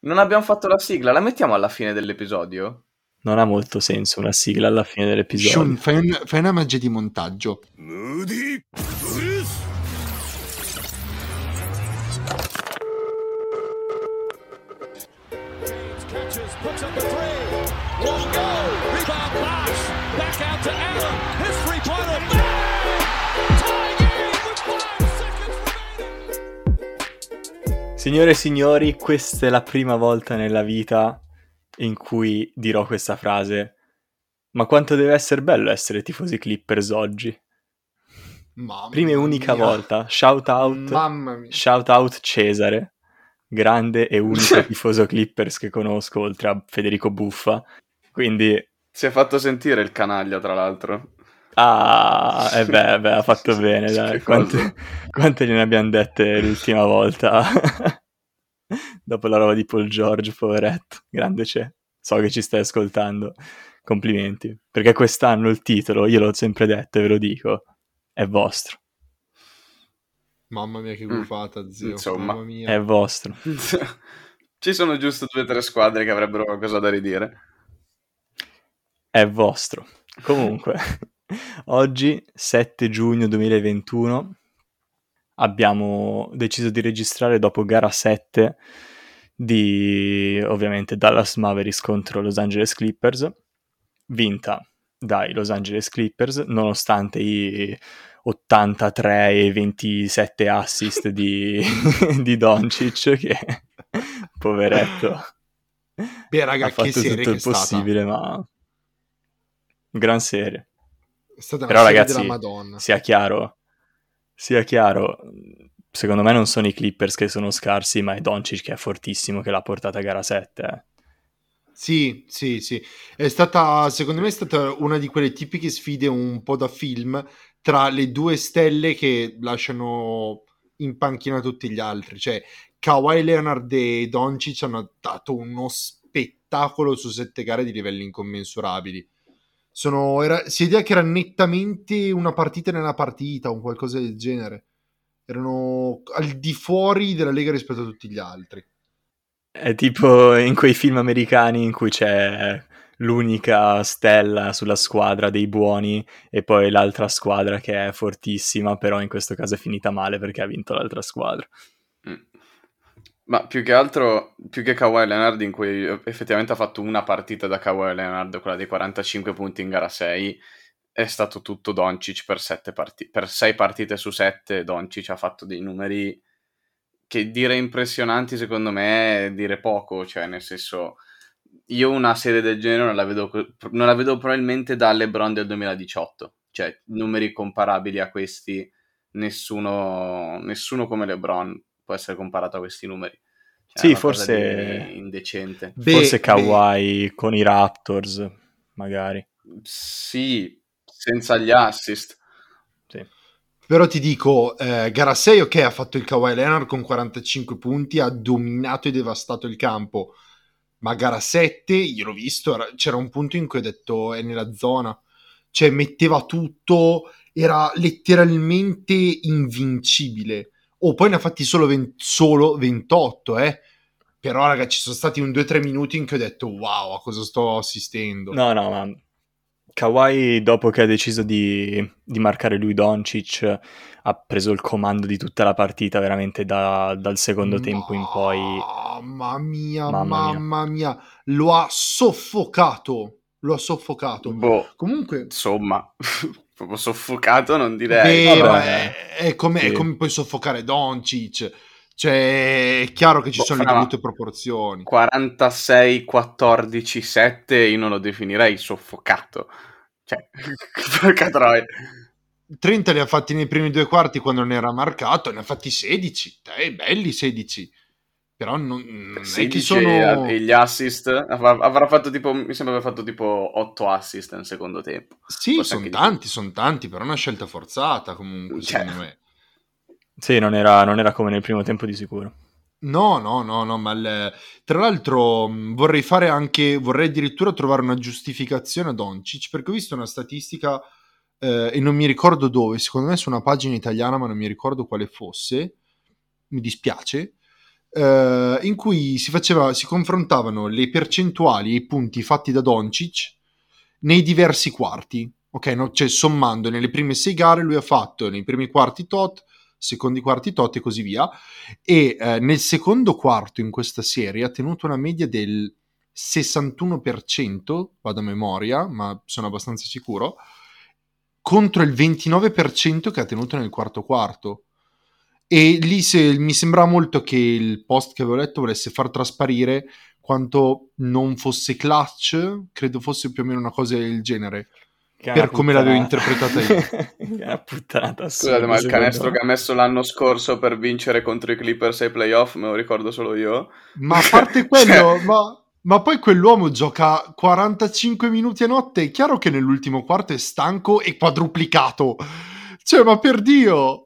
Non abbiamo fatto la sigla, la mettiamo alla fine dell'episodio? Non ha molto senso una sigla alla fine Shun, dell'episodio. fai una magia di montaggio. Moody Bruce. Catches, puts up a three. Won't go. Rebound Bosh. Back out to Allen. His three-pointer. Bang! Tie game with 5 seconds remaining. Signore e signori, questa è la prima volta nella vita in cui dirò questa frase. Ma quanto deve essere bello essere tifosi Clippers oggi. Mamma Prima e unica mia. volta. Shout Mamma mia. out Cesare, grande e unico tifoso Clippers che conosco, oltre a Federico Buffa. Quindi... Si è fatto sentire il canaglia, tra l'altro. ha fatto bene, dai. Schifoso. Quante gliene abbiamo dette l'ultima volta? Dopo la roba di Paul George, poveretto. Grande c'è. So che ci stai ascoltando. Complimenti. Perché quest'anno il titolo, io l'ho sempre detto e ve lo dico, è vostro. Mamma mia che gufata, zio. Insomma. Mamma mia. È vostro. Ci sono giusto 2 o 3 squadre che avrebbero qualcosa da ridire. È vostro. Comunque, oggi, 7 giugno 2021, abbiamo deciso di registrare dopo gara 7 di, ovviamente, Dallas Mavericks contro Los Angeles Clippers, vinta dai Los Angeles Clippers, nonostante i 83 e 27 assist di Doncic, che poveretto Beh, raga, ha fatto che serie tutto che il è stata. possibile, ma gran serie. È stata una Però serie ragazzi, della Madonna. sia chiaro, secondo me non sono i Clippers che sono scarsi, ma è Doncic che è fortissimo, che l'ha portata a gara 7. Sì. È stata, secondo me, è stata una di quelle tipiche sfide un po' da film tra le due stelle che lasciano in panchina tutti gli altri. Cioè, Kawhi Leonard e Doncic hanno dato uno spettacolo su 7 gare di livelli incommensurabili. Si vede che era nettamente una partita nella partita, o qualcosa del genere. Erano al di fuori della Lega rispetto a tutti gli altri. È tipo in quei film americani in cui c'è l'unica stella sulla squadra dei buoni e poi l'altra squadra che è fortissima, però in questo caso è finita male perché ha vinto l'altra squadra. Ma più che altro, più che Kawhi Leonard, in cui effettivamente ha fatto una partita da Kawhi Leonard, quella dei 45 punti in gara 6, è stato tutto Doncic per 6 partite su 7. Doncic ha fatto dei numeri che dire impressionanti secondo me è dire poco, cioè nel senso, io una serie del genere non la vedo probabilmente da LeBron del 2018, cioè numeri comparabili a questi, nessuno come LeBron può essere comparato a questi numeri. Cioè, Sì, è una cosa forse di indecente. forse Kawhi con i Raptors, magari. Sì, senza gli assist. Sì. Però ti dico, gara 6 ok, ha fatto il Kawhi Leonard con 45 punti, ha dominato e devastato il campo, ma gara 7, io l'ho visto, c'era un punto in cui ho detto è nella zona, cioè metteva tutto, era letteralmente invincibile. Poi ne ha fatti solo 28, però raga ci sono stati un 2-3 minuti in cui ho detto wow, a cosa sto assistendo. No, ma Kawhi, dopo che ha deciso di marcare lui Doncic, ha preso il comando di tutta la partita veramente dal secondo tempo in poi. Mamma mia, lo ha soffocato. Boh, Comunque, insomma, proprio soffocato non direi. ma Vabbè, è come sì. puoi soffocare Doncic. Cioè, è chiaro che ci sono le Fra dovute proporzioni. 46, 14, 7 io non lo definirei soffocato. Cioè, porca troia. 30 li ha fatti nei primi 2 quarti quando non era marcato, ne ha fatti 16. Belli 16. Però non è che 16 sono... e gli assist avrà fatto tipo, mi sembra aver fatto tipo 8 assist nel secondo tempo. Sì, Forse sono anche di tanti, però è una scelta forzata comunque, più. Cioè, secondo me. Sì, non era come nel primo tempo di sicuro. No, ma tra l'altro vorrei addirittura trovare una giustificazione a Doncic, perché ho visto una statistica e non mi ricordo dove, secondo me su una pagina italiana, ma non mi ricordo quale fosse, mi dispiace, in cui si confrontavano le percentuali e i punti fatti da Doncic nei diversi quarti, ok? No? Cioè sommando nelle prime 6 gare lui ha fatto nei primi quarti tot, secondi quarti tot e così via, e nel secondo quarto in questa serie ha tenuto una media del 61%, vado a memoria, ma sono abbastanza sicuro, contro il 29% che ha tenuto nel quarto quarto. E lì mi sembra molto che il post che avevo letto volesse far trasparire quanto non fosse clutch, credo fosse più o meno una cosa del genere, per come l'avevo interpretata io. Una puttanata Scusate, ma il canestro che ha messo l'anno scorso per vincere contro i Clippers ai playoff, me lo ricordo solo io. Ma a parte quello, ma poi quell'uomo gioca 45 minuti a notte, è chiaro che nell'ultimo quarto è stanco e quadruplicato. Cioè, ma per Dio!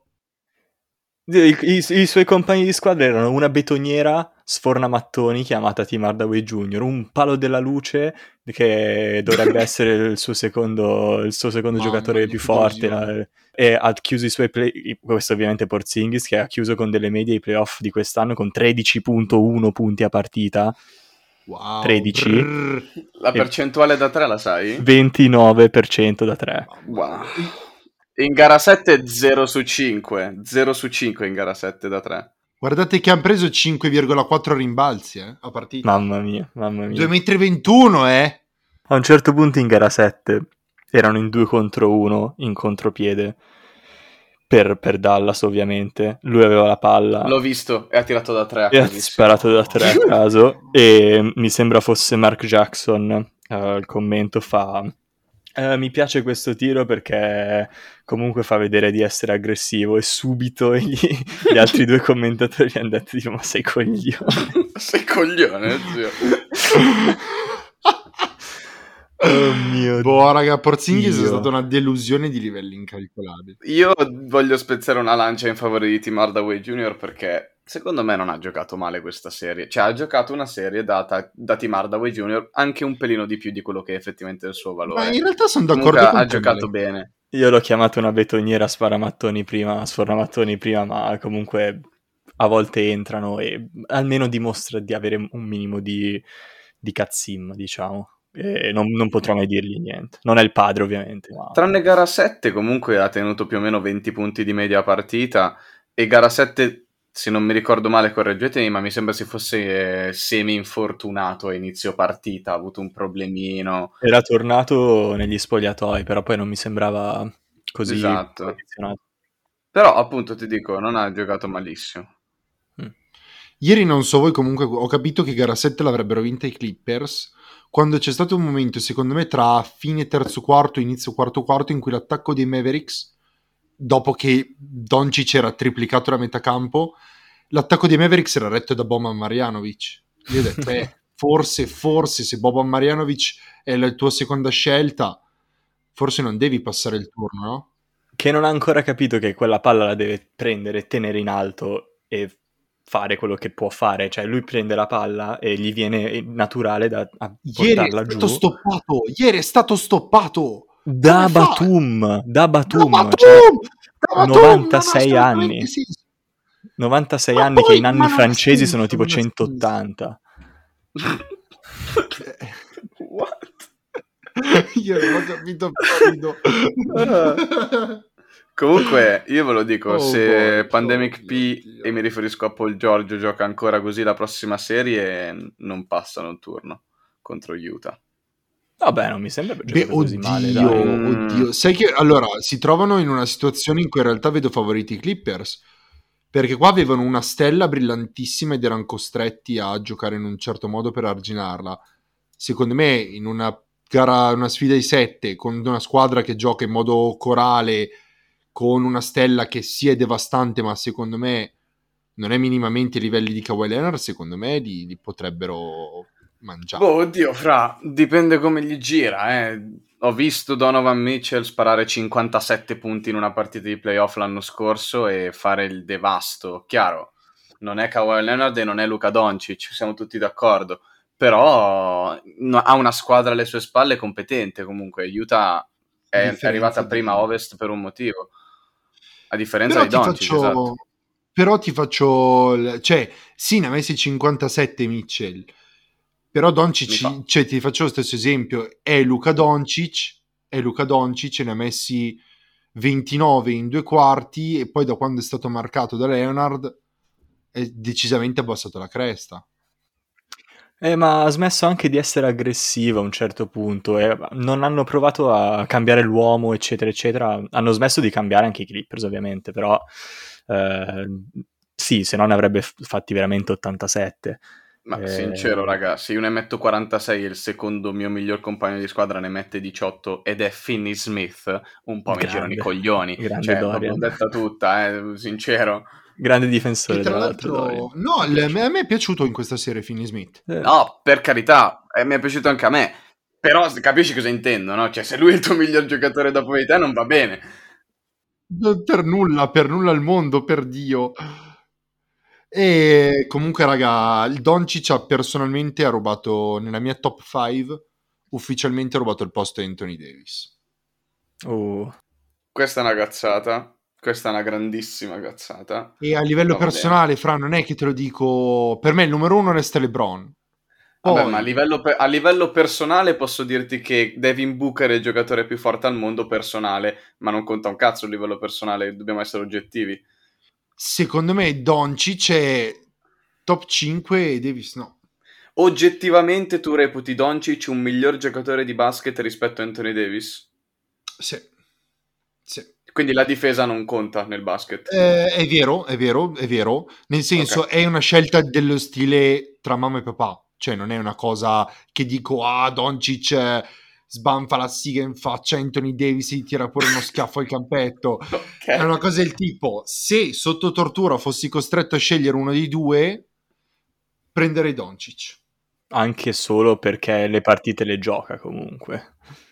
I suoi compagni di squadra erano una betoniera sfornamattoni chiamata Tim Hardaway Jr., un palo della luce che dovrebbe essere il suo secondo giocatore più forte, e ha chiuso i suoi questo ovviamente Porzingis, che ha chiuso con delle medie i playoff di quest'anno con 13.1 punti a partita. Wow, 13. Brrr. La percentuale da 3 la sai? 29% da 3. Wow. In gara 7 0 su 5, 0 su 5 in gara 7 da 3. Guardate che hanno preso 5,4 rimbalzi a partita. Mamma mia. 2,21 m, A un certo punto in gara 7 erano in 2 contro 1 in contropiede per Dallas, ovviamente. Lui aveva la palla. L'ho visto e ha tirato da 3 e ha sparato da 3 a caso. E mi sembra fosse Mark Jackson. Il commento fa: mi piace questo tiro perché comunque fa vedere di essere aggressivo. E subito gli altri due commentatori gli hanno detto tipo, ma sei coglione. Sei coglione, zio. Oh mio boh, raga, Porzingis Dio. è stata una delusione di livelli incalcolabili. Io voglio spezzare una lancia in favore di Tim Hardaway Jr. perché secondo me non ha giocato male questa serie. Cioè ha giocato una serie data da Tim Hardaway Jr. anche un pelino di più di quello che è effettivamente il suo valore. Ma in realtà sono d'accordo Comunque con ha te, giocato Mele. bene. Io l'ho chiamato una betoniera sfornamattoni prima, ma comunque a volte entrano e almeno dimostra di avere un minimo di cazzim, diciamo. E non potrò mai dirgli niente. Non è il padre, ovviamente. Ma... Tranne gara 7 comunque ha tenuto più o meno 20 punti di media a partita, e gara 7, se non mi ricordo male, correggetemi, ma mi sembra si fosse semi-infortunato a inizio partita, ha avuto un problemino. Era tornato negli spogliatoi, però poi non mi sembrava così Esatto. condizionato. Però appunto ti dico, non ha giocato malissimo. Ieri non so voi, comunque ho capito che gara 7 l'avrebbero vinta i Clippers, quando c'è stato un momento, secondo me, tra fine terzo quarto e inizio quarto quarto, in cui l'attacco dei Mavericks, dopo che Doncic era triplicato da metà campo, l'attacco dei Mavericks era retto da Boban Marjanovic. Io ho detto, forse se Boban Marjanovic è la tua seconda scelta, forse non devi passare il turno, no? Che non ha ancora capito che quella palla la deve prendere, tenere in alto e fare quello che può fare. Cioè lui prende la palla e gli viene naturale da portarla giù. Ieri è stato stoppato da Batum, cioè, 96 anni. Sì. 96 ma anni poi, che in anni francesi sono tipo non 180. What? Io non ho capito. Comunque io ve lo dico, se boy, Pandemic P, Dio. e mi riferisco a Paul George, gioca ancora così la prossima serie, non passano il turno contro Utah. Vabbè, non mi sembra così male, dai. Oddio, sai che allora si trovano in una situazione in cui in realtà vedo favoriti i Clippers, perché qua avevano una stella brillantissima ed erano costretti a giocare in un certo modo per arginarla. Secondo me in una gara, una sfida di 7 con una squadra che gioca in modo corale, con una stella che sì è devastante, ma secondo me non è minimamente ai livelli di Kawhi Leonard, secondo me li potrebbero mangiare. Boh, oddio, fra, dipende come gli gira, Ho visto Donovan Mitchell sparare 57 punti in una partita di playoff l'anno scorso e fare il devasto. Chiaro, non è Kawhi Leonard e non è Luka Doncic, siamo tutti d'accordo, però ha una squadra alle sue spalle competente comunque. Utah è arrivata prima a Ovest per un motivo, a differenza Però di Doncic, esatto. Però ti faccio... Cioè, sì, ne ha messi 57 Mitchell, però Doncic, cioè, ti faccio lo stesso esempio, è Luka Doncic, e ne ha messi 29 in 2 quarti, e poi da quando è stato marcato da Leonard è decisamente abbassato la cresta. Ma ha smesso anche di essere aggressivo a un certo punto, e non hanno provato a cambiare l'uomo, eccetera, eccetera. Hanno smesso di cambiare anche i Clippers, ovviamente, però sì, se no ne avrebbe fatti veramente 87. Ma sincero, raga, se io ne metto 46 e il secondo mio miglior compagno di squadra ne mette 18 ed è Finney Smith, un po' mi girano i coglioni. Grande Cioè, Dorian. l'ho detta tutta, sincero. Grande difensore, E tra l'altro l'altro, Dorian. no, a me è piaciuto in questa serie Finney Smith. No, per carità, mi è piaciuto anche a me. Però capisci cosa intendo, no? Cioè, se lui è il tuo miglior giocatore dopo di te non va bene. Per nulla al mondo, per Dio. E comunque, raga, il Doncic personalmente ha rubato, nella mia top 5, ufficialmente ha rubato il posto a Anthony Davis. Questa è una cazzata. Questa è una grandissima cazzata. E a livello personale, Fra, non è che te lo dico, per me il numero 1 resta LeBron. Poi... Vabbè, ma a livello personale posso dirti che Devin Booker è il giocatore più forte al mondo personale, ma non conta un cazzo a livello personale, dobbiamo essere oggettivi. Secondo me Doncic è top 5 e Davis no. Oggettivamente tu reputi Doncic un miglior giocatore di basket rispetto a Anthony Davis? Sì. Quindi la difesa non conta nel basket? È vero. Nel senso, okay, è una scelta dello stile tra mamma e papà. Cioè non è una cosa che dico, Doncic sbanfa la siga in faccia a Anthony Davis e gli tira pure uno schiaffo al campetto. Okay. È una cosa del tipo, se sotto tortura fossi costretto a scegliere uno dei due, prenderei Doncic. Anche solo perché le partite le gioca comunque.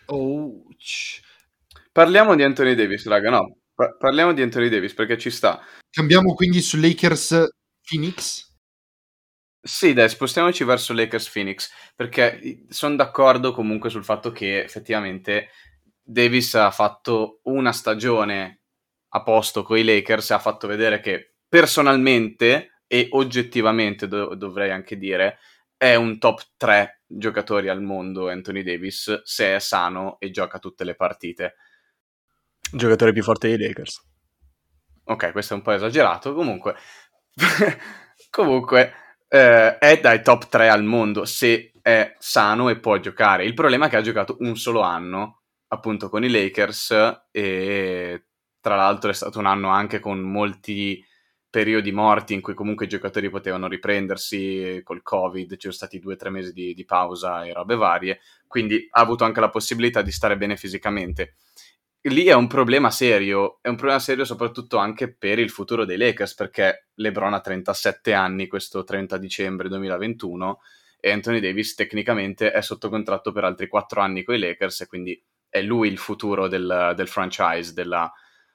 Parliamo di Anthony Davis, raga, no. Parliamo di Anthony Davis perché ci sta. Cambiamo quindi su Lakers Phoenix? Sì, dai, spostiamoci verso Lakers Phoenix, perché sono d'accordo comunque sul fatto che effettivamente Davis ha fatto una stagione a posto con i Lakers e ha fatto vedere che personalmente e oggettivamente, dovrei anche dire, è un top 3 giocatori al mondo Anthony Davis, se è sano e gioca tutte le partite. Giocatore più forte dei Lakers. Ok, questo è un po' esagerato, comunque è dai top 3 al mondo se è sano e può giocare. Il problema è che ha giocato un solo anno appunto con i Lakers e tra l'altro è stato un anno anche con molti periodi morti in cui comunque i giocatori potevano riprendersi col Covid, ci sono stati 2 o 3 mesi di pausa e robe varie, quindi ha avuto anche la possibilità di stare bene fisicamente. Lì è un problema serio soprattutto anche per il futuro dei Lakers, perché LeBron ha 37 anni questo 30 dicembre 2021 e Anthony Davis tecnicamente è sotto contratto per altri 4 anni con i Lakers e quindi è lui il futuro del franchise, della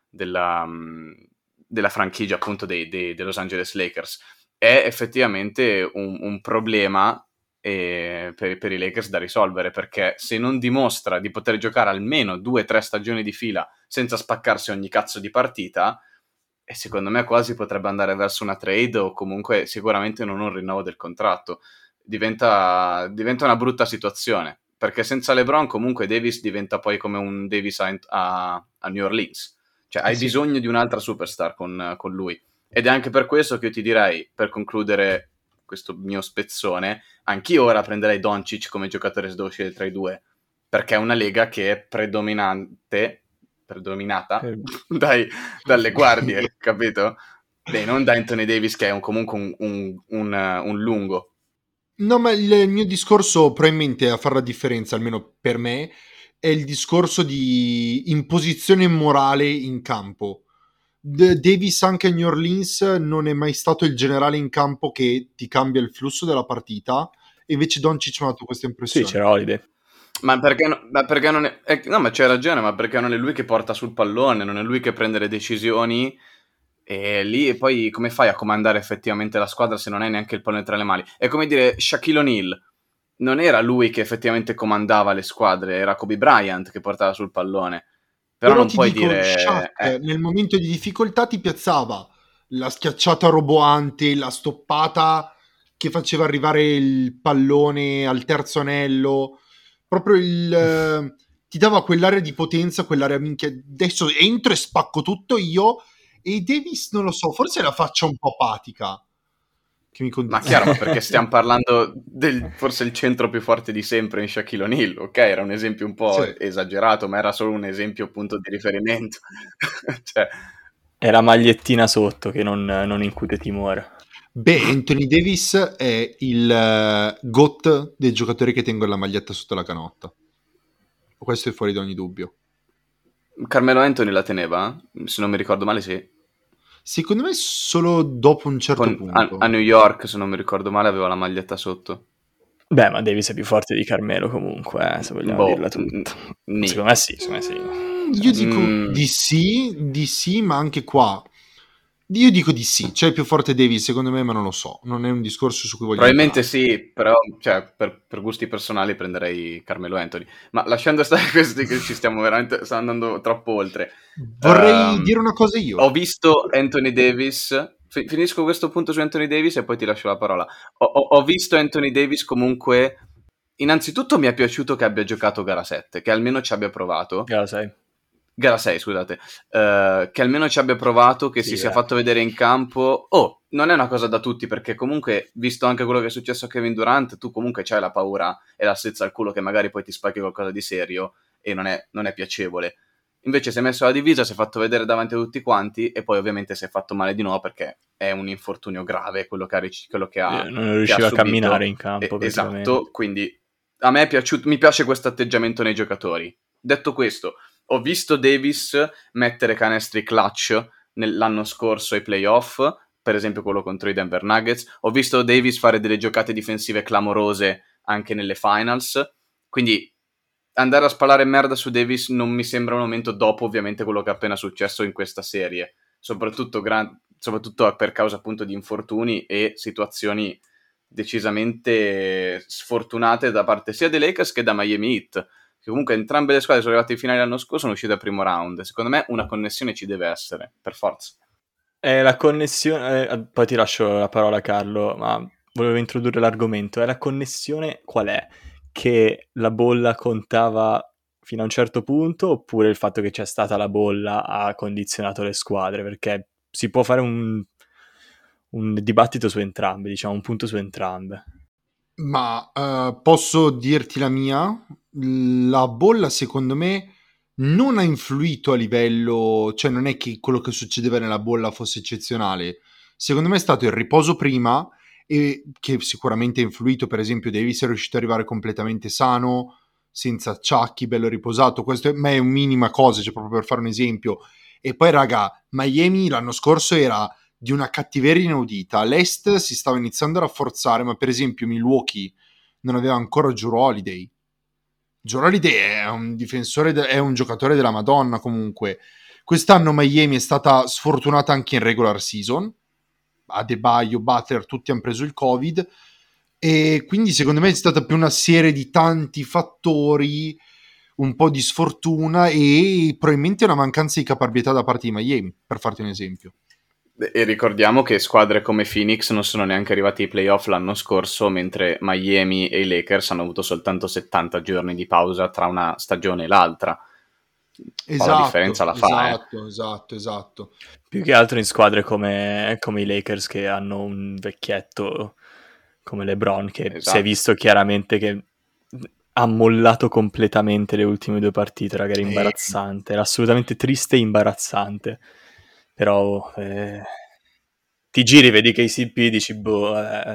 franchigia appunto dei Los Angeles Lakers. È effettivamente un problema per i Lakers da risolvere, perché se non dimostra di poter giocare almeno 2 o 3 stagioni di fila senza spaccarsi ogni cazzo di partita, e secondo me quasi potrebbe andare verso una trade o comunque sicuramente non un rinnovo del contratto. Diventa una brutta situazione, perché senza LeBron comunque Davis diventa poi come un Davis a New Orleans, cioè hai bisogno di un'altra superstar con lui, ed è anche per questo che io ti direi, per concludere questo mio spezzone, anch'io ora prenderei Doncic come giocatore se devo scegliere tra i due, perché è una lega che è predominata dalle guardie, capito? Beh, non da Anthony Davis che è comunque un lungo. No, ma il mio discorso probabilmente a fare la differenza, almeno per me, è il discorso di imposizione morale in campo. Davis anche a New Orleans non è mai stato il generale in campo che ti cambia il flusso della partita, e invece Doncic mi ha dato questa impressione. Sì, c'era Holiday. Ma perché non è... No, ma c'hai ragione, ma perché non è lui che porta sul pallone, non è lui che prende le decisioni, e lì poi come fai a comandare effettivamente la squadra se non hai neanche il pallone tra le mani? È come dire Shaquille O'Neal, non era lui che effettivamente comandava le squadre, era Kobe Bryant che portava sul pallone. Però non puoi dire... Shaq, nel momento di difficoltà ti piazzava la schiacciata roboante, la stoppata che faceva arrivare il pallone al terzo anello, proprio ti dava quell'area di potenza, quell'area minchia, adesso entro e spacco tutto io. E Davis, non lo so, forse la faccia un po' apatica che mi Ma condiziona. chiaro, ma perché stiamo parlando del forse il centro più forte di sempre in Shaquille O'Neal, ok? Era un esempio un po' Sì. esagerato, ma era solo un esempio appunto di riferimento. Cioè, È la magliettina sotto che non incute timore. Beh, Anthony Davis è il GOAT dei giocatori che tengono la maglietta sotto la canotta. Questo è fuori da ogni dubbio. Carmelo Anthony la teneva? Se non mi ricordo male, sì. Secondo me solo dopo un certo punto. A New York, se non mi ricordo male, aveva la maglietta sotto. Beh, ma Davis è più forte di Carmelo comunque, se vogliamo dirla tutta. Secondo me sì. Io dico di sì, ma anche qua io dico di sì, c'è il più forte Davis secondo me, ma non lo so, non è un discorso su cui voglio Probabilmente entrare. sì, però cioè, per gusti personali prenderei Carmelo Anthony. Ma lasciando stare questi che ci stiamo veramente andando troppo oltre. Vorrei dire una cosa io. Ho visto Anthony Davis, finisco questo punto su Anthony Davis e poi ti lascio la parola. Ho visto Anthony Davis comunque, innanzitutto mi è piaciuto che abbia giocato gara 7, che almeno ci abbia provato. Gara 6, scusate, che almeno ci abbia provato, che si sia fatto vedere in campo. Non è una cosa da tutti, perché comunque, visto anche quello che è successo a Kevin Durant, tu comunque c'hai la paura e la stezza al culo che magari poi ti spacchi qualcosa di serio e non è piacevole. Invece si è messo la divisa, si è fatto vedere davanti a tutti quanti e poi ovviamente si è fatto male di nuovo perché è un infortunio grave quello che ha non riusciva a camminare in campo. Esatto, quindi a me è piaciuto, mi piace questo atteggiamento nei giocatori. Detto questo, ho visto Davis mettere canestri clutch l'anno scorso ai playoff, per esempio quello contro i Denver Nuggets. Ho visto Davis fare delle giocate difensive clamorose anche nelle finals, quindi andare a spalare merda su Davis non mi sembra un momento, dopo ovviamente quello che è appena successo in questa serie, soprattutto per causa appunto di infortuni e situazioni decisamente sfortunate da parte sia dei Lakers che da Miami Heat, che comunque entrambe le squadre sono arrivate in finale l'anno scorso, sono uscite al primo round. Secondo me una connessione ci deve essere, per forza. La connessione, poi ti lascio la parola a Carlo, ma volevo introdurre l'argomento. La connessione qual è? Che la bolla contava fino a un certo punto, oppure il fatto che c'è stata la bolla ha condizionato le squadre? Perché si può fare un dibattito su entrambe, diciamo, un punto su entrambe. Ma posso dirti la mia? La bolla secondo me non ha influito a livello, cioè non è che quello che succedeva nella bolla fosse eccezionale. Secondo me è stato il riposo prima, e che sicuramente ha influito. Per esempio Davis è riuscito ad arrivare completamente sano, senza acciacchi, bello riposato. Questo ma è un minima cosa, cioè proprio per fare un esempio. E poi raga, Miami l'anno scorso era di una cattiveria inaudita. L'Est si stava iniziando a rafforzare, ma per esempio Milwaukee non aveva ancora Jrue Holiday. Jrue Holiday è un difensore, è un giocatore della Madonna comunque. Quest'anno Miami è stata sfortunata anche in regular season. Adebayo, Butler, tutti hanno preso il Covid, e quindi secondo me è stata più una serie di tanti fattori, un po' di sfortuna e probabilmente una mancanza di caparbietà da parte di Miami, per farti un esempio. E ricordiamo che squadre come Phoenix non sono neanche arrivati ai playoff l'anno scorso, mentre Miami e i Lakers hanno avuto soltanto 70 giorni di pausa tra una stagione e l'altra. Esatto, la differenza la fa. Esatto. Più che altro in squadre come i Lakers, che hanno un vecchietto come LeBron, che si è visto chiaramente che ha mollato completamente le ultime 2 partite, raga, era imbarazzante, era assolutamente triste e imbarazzante. Però ti giri, vedi che i CP dici boh.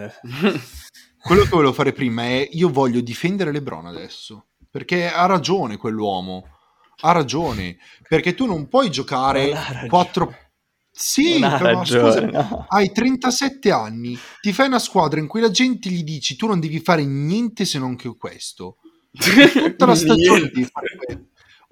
Quello che volevo fare prima è, io voglio difendere LeBron adesso, perché ha ragione quell'uomo, ha ragione, perché tu non puoi giocare 4... Sì, però scusa, no. Hai 37 anni, ti fai una squadra in cui la gente gli dici tu non devi fare niente se non che questo, tutta la stagione devi fare questo.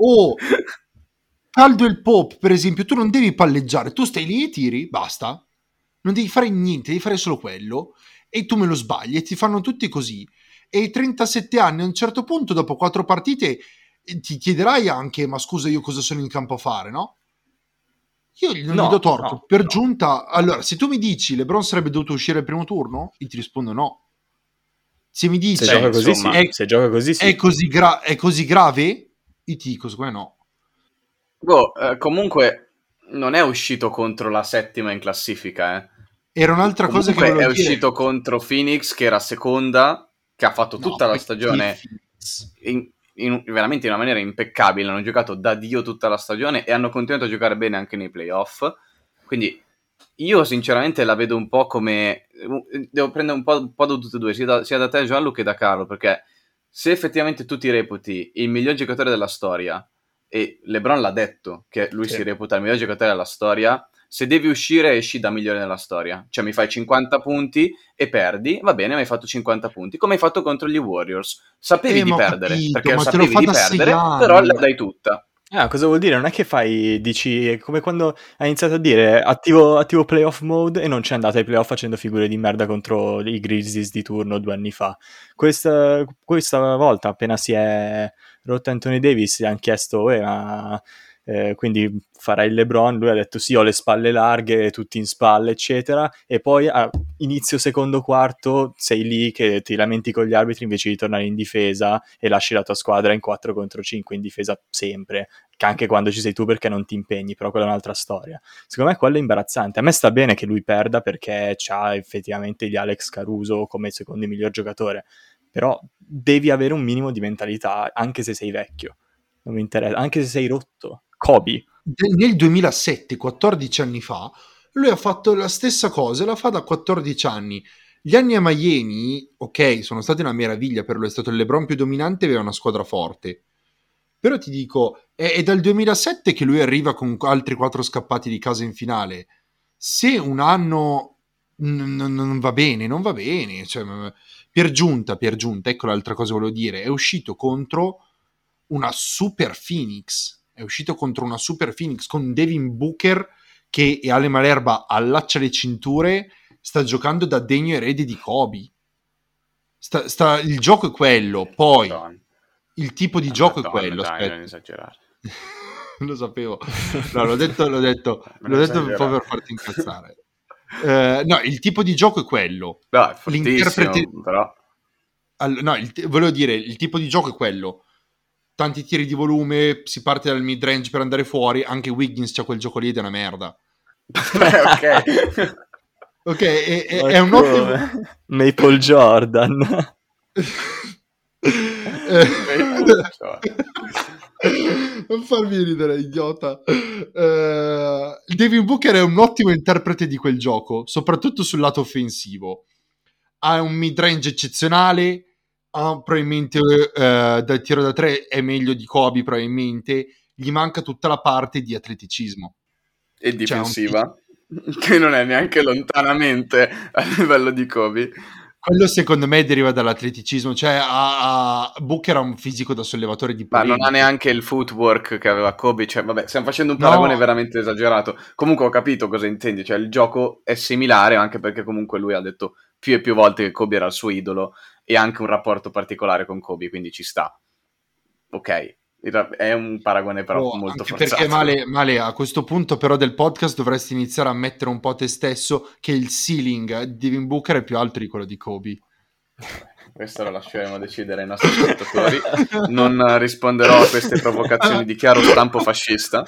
Caldwell Pope, per esempio, tu non devi palleggiare, tu stai lì e tiri, basta, non devi fare niente, devi fare solo quello, e tu me lo sbagli e ti fanno tutti così. E ai 37 anni, a un certo punto, dopo 4 partite, ti chiederai anche, ma scusa, io cosa sono in campo a fare, no? Io non No, gli do torto. no, Per no. giunta, allora, se tu mi dici LeBron sarebbe dovuto uscire al primo turno, io ti rispondo no. Se mi dici Se gioca così insomma, sì, se gioca così sì. è così grave, io ti dico secondo me no. comunque non è uscito contro la settima in classifica, eh. Era un'altra cosa che Comunque è volevo dire. uscito contro Phoenix, che era seconda, che ha fatto No, tutta la poi stagione veramente in una maniera impeccabile. Hanno giocato da Dio tutta la stagione e hanno continuato a giocare bene anche nei playoff. Quindi io sinceramente la vedo un po' come... Devo prendere un po' da tutte e due, sia da te Gianlu che da Carlo, perché se effettivamente tu ti reputi il miglior giocatore della storia, e LeBron l'ha detto che lui Sì. si reputa il miglior giocatore della storia, se devi uscire esci da migliore nella storia, cioè mi fai 50 punti e perdi, va bene, mi hai fatto 50 punti, come hai fatto contro gli Warriors, sapevi di ma ho perdere, capito, perché ma te lo sapevi fa di da 6 perdere, però anni. la dai tutta. Cosa vuol dire? Non è che dici, è come quando hai iniziato a dire attivo playoff mode e non c'è andata ai playoff facendo figure di merda contro i Grizzlies di turno 2 anni fa. Questa volta, appena si è rotto Anthony Davis, gli hanno chiesto, ma quindi farai il LeBron? Lui ha detto sì, ho le spalle larghe, tutti in spalle, eccetera, e poi a inizio secondo quarto sei lì che ti lamenti con gli arbitri invece di tornare in difesa e lasci la tua squadra in 4 contro 5 in difesa sempre, anche quando ci sei tu perché non ti impegni, però quella è un'altra storia. Secondo me quello è imbarazzante. A me sta bene che lui perda perché c'ha effettivamente gli Alex Caruso come secondo miglior giocatore, però devi avere un minimo di mentalità anche se sei vecchio, non mi interessa, anche se sei rotto. Kobe Nel 2007, 14 anni fa, lui ha fatto la stessa cosa, la fa da 14 anni. Gli anni a Miami, ok, sono stati una meraviglia per lui, è stato il LeBron più dominante, aveva una squadra forte. Però ti dico, è dal 2007 che lui arriva con altri 4 scappati di casa in finale. Se un anno non va bene, non va bene. Cioè, per giunta, ecco l'altra cosa che volevo dire, è uscito contro una super Phoenix. È uscito contro una super Phoenix con Devin Booker che Ale Malerba allaccia le cinture, sta giocando da degno erede di Kobe. Il gioco è quello, poi Madonna. il tipo di gioco è Madonna, quello. dai, Aspetta. non esagerare. Lo sapevo. No, l'ho detto un po' per farti incazzare. No, il tipo di gioco è quello. No, è L'interprete... fortissimo, però... No, volevo dire, il tipo di gioco è quello. Tanti tiri di volume, si parte dal mid-range per andare fuori, anche Wiggins c'ha quel gioco lì ed è una merda. Ok. Ok, è un ottimo... Maple Jordan. Non farmi ridere, idiota. Devin Booker è un ottimo interprete di quel gioco, soprattutto sul lato offensivo. Ha un mid-range eccezionale, probabilmente dal tiro da 3 è meglio di Kobe, probabilmente. Gli manca tutta la parte di atleticismo. E difensiva, che non è neanche lontanamente a livello di Kobe. Quello secondo me deriva dall'atleticismo, cioè Booker ha un fisico da sollevatore di Ma polemiche. non ha neanche il footwork che aveva Kobe, cioè vabbè, stiamo facendo un paragone veramente esagerato. Comunque ho capito cosa intendi, cioè il gioco è similare, anche perché comunque lui ha detto più e più volte che Kobe era il suo idolo e ha anche un rapporto particolare con Kobe, quindi ci sta. Ok, è un paragone però molto anche forzato. Perché Male, a questo punto però del podcast dovresti iniziare a mettere un po' a te stesso che il ceiling di Devin Booker è più alto di quello di Kobe. Questo lo lasceremo decidere ai nostri ascoltatori. Non risponderò a queste provocazioni di chiaro stampo fascista.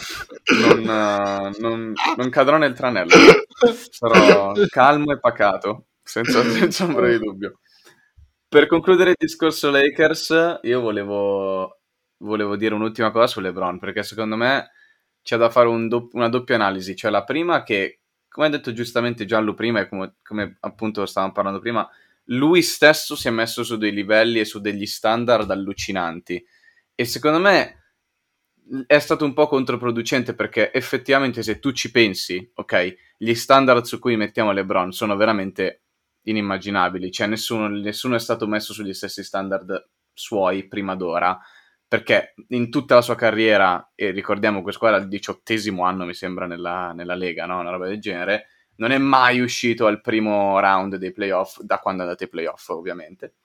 Non cadrò nel tranello. Sarò calmo e pacato, senza ombra di dubbio. Per concludere il discorso Lakers, io volevo dire un'ultima cosa su LeBron, perché secondo me c'è da fare una doppia analisi. Cioè la prima che, come ha detto giustamente Gianlu prima e come appunto stavamo parlando prima, lui stesso si è messo su dei livelli e su degli standard allucinanti e secondo me è stato un po' controproducente, perché effettivamente se tu ci pensi, ok, gli standard su cui mettiamo LeBron sono veramente inimmaginabili, cioè nessuno è stato messo sugli stessi standard suoi prima d'ora, perché in tutta la sua carriera, e ricordiamo che squadra al 18° anno mi sembra nella Lega, no? Una roba del genere, non è mai uscito al primo round dei playoff, da quando è andato ai playoff ovviamente,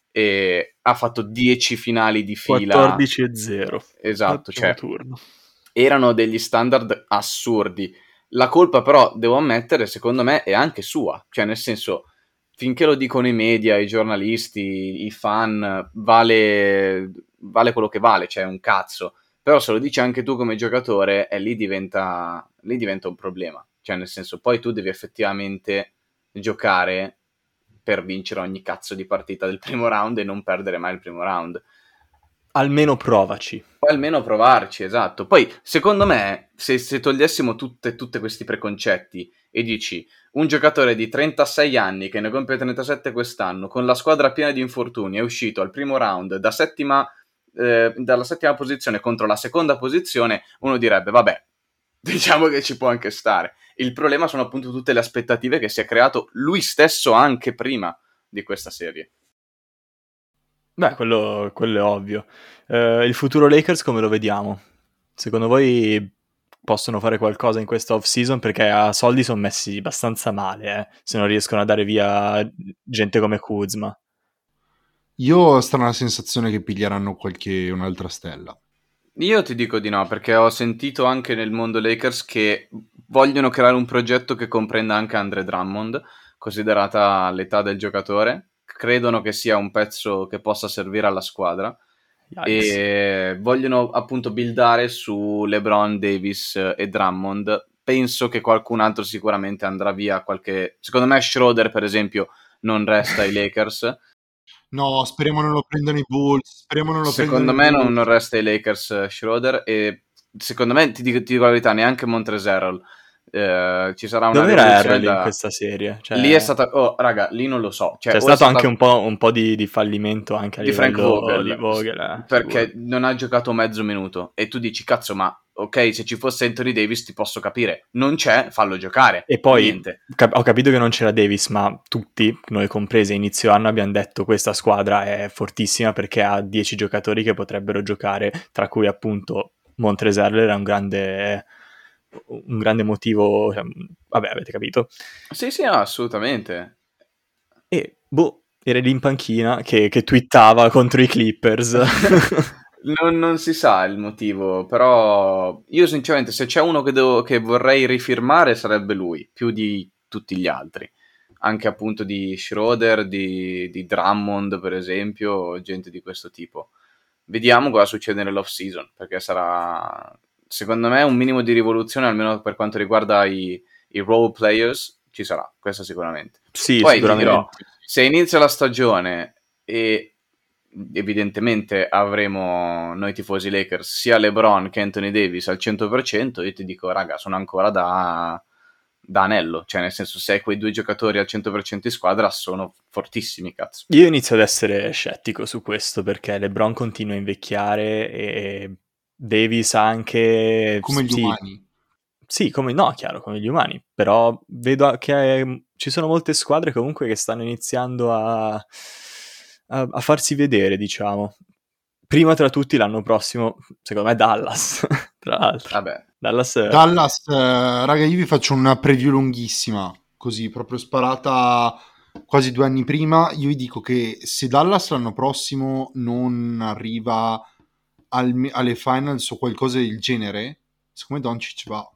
e ha fatto 10 finali di fila. 14-0. Esatto, cioè, turno. erano degli standard assurdi. La colpa però, devo ammettere, secondo me è anche sua, cioè nel senso, finché lo dicono i media, i giornalisti, i fan, vale quello che vale, cioè un cazzo. Però se lo dici anche tu come giocatore, lì diventa un problema. Cioè nel senso, poi tu devi effettivamente giocare per vincere ogni cazzo di partita del primo round e non perdere mai il primo round. Almeno provaci. Puoi almeno provarci, esatto. Poi, secondo me, se togliessimo tutti questi preconcetti e dici un giocatore di 36 anni che ne compie 37 quest'anno, con la squadra piena di infortuni, è uscito al primo round dalla settima posizione contro la seconda posizione, uno direbbe, vabbè, diciamo che ci può anche stare. Il problema sono appunto tutte le aspettative che si è creato lui stesso anche prima di questa serie. Beh, quello è ovvio. Il futuro Lakers come lo vediamo? Secondo voi possono fare qualcosa in questa off-season? Perché a soldi sono messi abbastanza male, se non riescono a dare via gente come Kuzma. Io ho strana sensazione che piglieranno un'altra stella. Io ti dico di no, perché ho sentito anche nel mondo Lakers che vogliono creare un progetto che comprenda anche Andre Drummond, considerata l'età del giocatore. Credono che sia un pezzo che possa servire alla squadra. Yikes. E vogliono appunto buildare su LeBron, Davis e Drummond. Penso che qualcun altro sicuramente andrà via. Secondo me Schroeder, per esempio, non resta ai Lakers. No, speriamo non lo prendano i Bulls. Secondo me non resta ai Lakers Schroeder, e secondo me, ti dico la verità, neanche Montrezl. Ci sarà una Dov'era rivoluzione Harrell in questa serie? Cioè, lì è stata... Oh, raga, lì non lo so. Cioè, c'è o stato è stata- anche un po' di fallimento anche a di Frank livello Vogel, di Vogel, perché sicuro. non ha giocato mezzo minuto e tu dici, cazzo, ma ok, se ci fosse Anthony Davis ti posso capire, non c'è, fallo giocare. E poi Niente. ho capito che non c'era Davis, ma tutti, noi compresi, a inizio anno abbiamo detto questa squadra è fortissima perché ha 10 giocatori che potrebbero giocare, tra cui appunto Montrezl era un grande motivo, cioè, vabbè, avete capito. Sì, no, assolutamente. E era lì in panchina che twittava contro i Clippers. Non si sa il motivo, però io sinceramente se c'è uno che vorrei rifirmare sarebbe lui, più di tutti gli altri. Anche appunto di Schroeder, di Drummond per esempio, gente di questo tipo. Vediamo cosa succede nell'off season, perché sarà, secondo me, un minimo di rivoluzione, almeno per quanto riguarda i role players, ci sarà, questo sicuramente. Sì, Poi ti sicuramente. dirò, se inizia la stagione e evidentemente avremo noi tifosi Lakers sia LeBron che Anthony Davis al 100%, io ti dico, raga, sono ancora da anello, cioè nel senso, se hai quei due giocatori al 100% in squadra sono fortissimi, cazzo. Io inizio ad essere scettico su questo perché LeBron continua a invecchiare e Davis anche... Come gli umani. Sì, chiaro, come gli umani, però vedo che ci sono molte squadre comunque che stanno iniziando a farsi vedere, diciamo. Prima tra tutti l'anno prossimo, secondo me Dallas, tra l'altro. Vabbè. Dallas, raga, io vi faccio una preview lunghissima, così proprio sparata quasi 2 anni prima. Io vi dico che se Dallas l'anno prossimo non arriva alle finals o qualcosa del genere, secondo me Doncic va.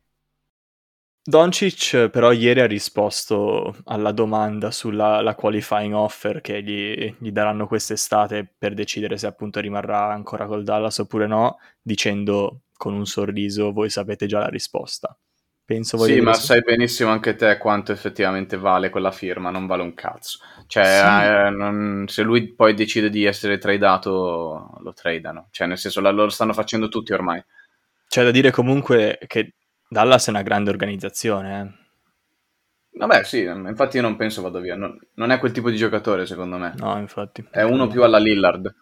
Doncic però ieri ha risposto alla domanda sulla qualifying offer che gli daranno quest'estate per decidere se appunto rimarrà ancora col Dallas oppure no, dicendo con un sorriso: voi sapete già la risposta. Penso Sì, ma sai benissimo anche te quanto effettivamente vale quella firma, non vale un cazzo. Cioè, Sì. se lui poi decide di essere tradato, lo tradano. Cioè, nel senso, loro stanno facendo tutti ormai. C'è da dire comunque che Dallas è una grande organizzazione. Vabbè, sì, infatti io non penso vado via. Non è quel tipo di giocatore, secondo me. No, infatti. È uno più alla Lillard.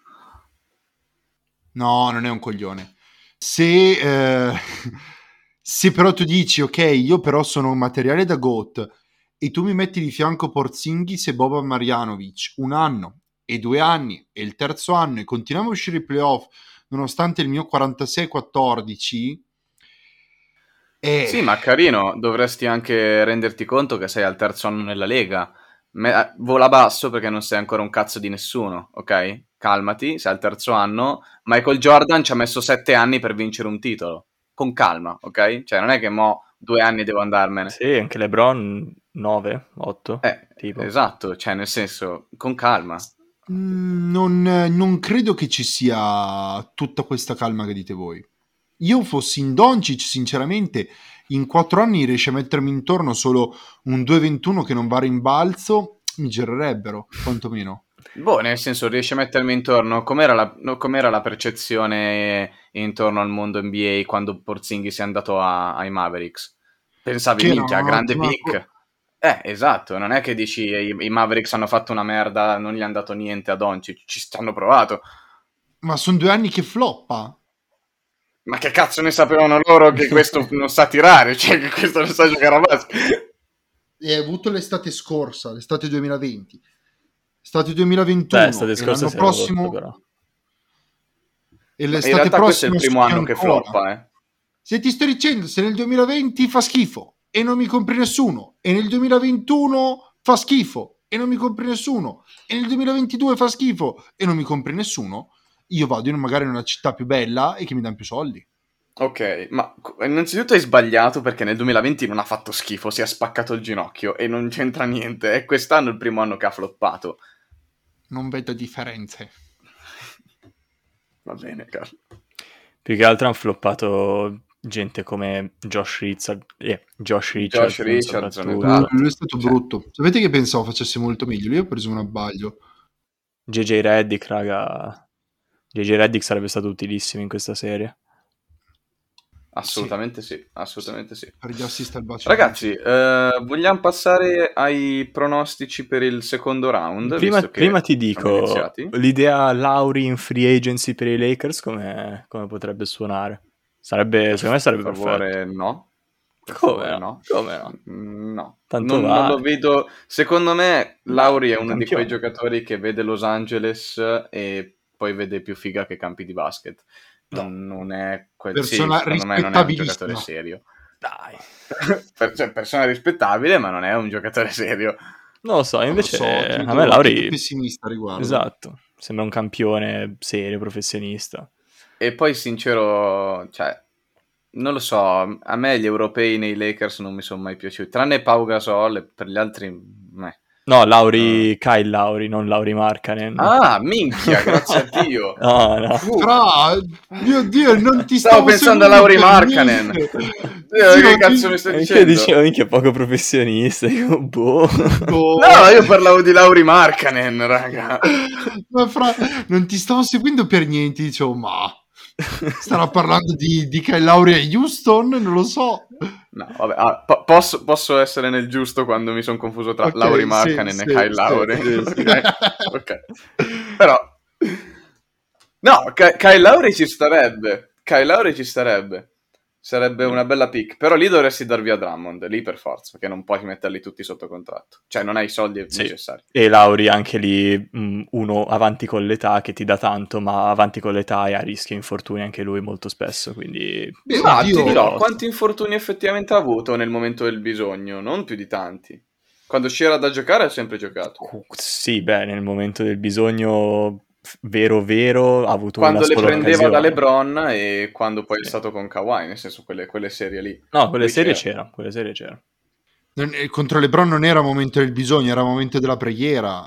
No, non è un coglione. Se però tu dici, ok, io però sono un materiale da GOAT e tu mi metti di fianco Porzingis e Boban Marjanovic 1 anno e 2 anni e il terzo anno e continuiamo a uscire i playoff nonostante il mio 46-14... Sì, ma carino, dovresti anche renderti conto che sei al terzo anno nella Lega. Vola basso perché non sei ancora un cazzo di nessuno, ok? Calmati, sei al terzo anno. Michael Jordan ci ha messo 7 anni per vincere un titolo. con calma, ok? Cioè non è che mo 2 anni devo andarmene. Sì, anche LeBron 9, 8, tipo. Esatto, cioè nel senso, con calma. Non credo che ci sia tutta questa calma che dite voi. Io fossi in Doncic, sinceramente, in 4 anni riesce a mettermi intorno solo un 2-21 che non va a rimbalzo, mi girerebbero, quantomeno. Boh, nel senso, riesci a mettermi intorno. Com'era la percezione intorno al mondo NBA quando Porzingis è andato ai Mavericks? Pensavi, Che era minchia, grande un'ottima pick. Esatto, non è che dici i Mavericks hanno fatto una merda, non gli hanno dato niente a Doncic, ci stanno provato. Ma sono 2 anni che floppa. Ma che cazzo ne sapevano loro che questo non sa tirare, cioè che questo non sa giocare a basket? E hai avuto l'estate scorsa, l'estate 2020. Estate 2021. L'estate e scorsa l'anno si era rotto, prossimo... però. E In l'estate realtà questo è il prossima primo anno succede che ancora. floppa, Se ti sto dicendo, se nel 2020 fa schifo e non mi compri nessuno, e nel 2021 fa schifo e non mi compri nessuno, e nel 2022 fa schifo e non mi compri nessuno, io vado magari in una città più bella e che mi danno più soldi. Ok, ma innanzitutto hai sbagliato perché nel 2020 non ha fatto schifo, si è spaccato il ginocchio e non c'entra niente. È quest'anno il primo anno che ha floppato. Non vedo differenze. Va bene, Carlo. Più che altro hanno floppato gente come Josh Richardson Richardson, soprattutto. esatto. Lui è stato Cioè. brutto. Sapete che pensavo facesse molto meglio? Io ho preso un abbaglio. JJ Redick, raga. JJ Redick sarebbe stato utilissimo in questa serie. Assolutamente sì, assolutamente sì. Per gli assist al bacio. Ragazzi, vogliamo passare ai pronostici per il secondo round? Prima ti siamo dico, iniziati? l'idea Lauri in free agency per i Lakers come potrebbe suonare? Secondo me sarebbe Per perfetto. favore, no. Per Come favore, no? no. Come no? No. Tanto non vale. lo vedo. Secondo me, Lauri è uno di quei campione. giocatori che vede Los Angeles e poi vede più figa che campi di basket. No. Non è Persona secondo me non è un giocatore rispettabilissima. serio. Dai. Cioè, persona rispettabile, ma non è un giocatore serio. Non lo so, invece Non lo so, a me Lauri... pessimista a riguardo. Esatto, sembra un campione serio, professionista. E poi, sincero, cioè, non lo so, a me gli europei nei Lakers non mi sono mai piaciuti, tranne Pau Gasol, e per gli altri, meh. No, Kyle Lauri, non Lauri Markkanen. Ah, minchia, grazie a Dio. No. Mio Dio, non ti Stavo pensando a Lauri Markkanen. Che cazzo mi stai dicendo? Dicevo, minchia, poco professionista. Io, boh. No, io parlavo di Lauri Markkanen, raga. Ma non ti stavo seguendo per niente, dicevo, ma starà parlando di Kyle Lauri a Houston? Non lo so. No, vabbè, posso essere nel giusto quando mi sono confuso tra Lauri Markkanen e Kyle Lauri. Ok. Però no, Kyle Lauri ci starebbe. Sarebbe una bella pick, però lì dovresti dar via Drummond, lì per forza, perché non puoi metterli tutti sotto contratto. Cioè, non hai i soldi necessari. E Lauri anche lì, uno avanti con l'età che ti dà tanto, ma avanti con l'età e a rischio infortuni anche lui molto spesso, quindi... Ma ti dirò, quanti infortuni effettivamente ha avuto nel momento del bisogno? Non più di tanti. Quando c'era da giocare ha sempre giocato. Sì, beh, nel momento del bisogno... vero ha avuto quando una le sola prendeva occasione. da LeBron e quando poi è stato con Kawhi, nel senso quelle serie lì. No, quelle serie c'era. Contro LeBron non era momento del bisogno, era momento della preghiera.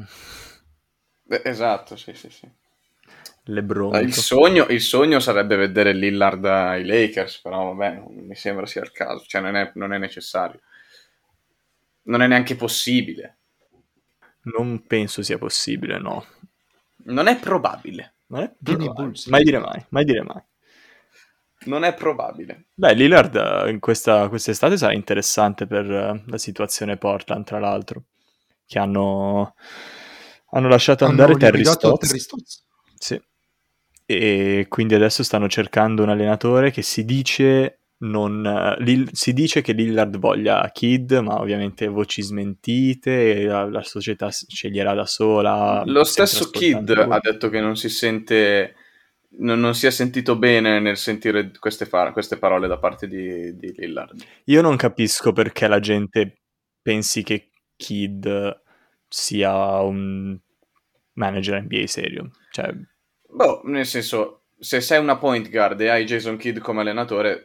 Esatto, sì. LeBron. Il sogno sarebbe vedere Lillard ai Lakers, però vabbè, non mi sembra sia il caso, cioè non è necessario. Non è neanche possibile. Non penso sia possibile, no. Non è probabile. Mai dire mai. Non è probabile. Beh, Lillard in quest'estate sarà interessante per la situazione Portland, tra l'altro, che hanno lasciato andare Terry Stotts. Sì. E quindi adesso stanno cercando un allenatore che si dice che Lillard voglia Kidd, ma ovviamente voci smentite e la società sceglierà da sola. Lo stesso Kidd ha detto che non si sente, non si è sentito bene nel sentire queste parole da parte di Lillard. Io non capisco perché la gente pensi che Kidd sia un manager NBA serio. Cioè... Boh, nel senso, se sei una point guard e hai Jason Kidd come allenatore,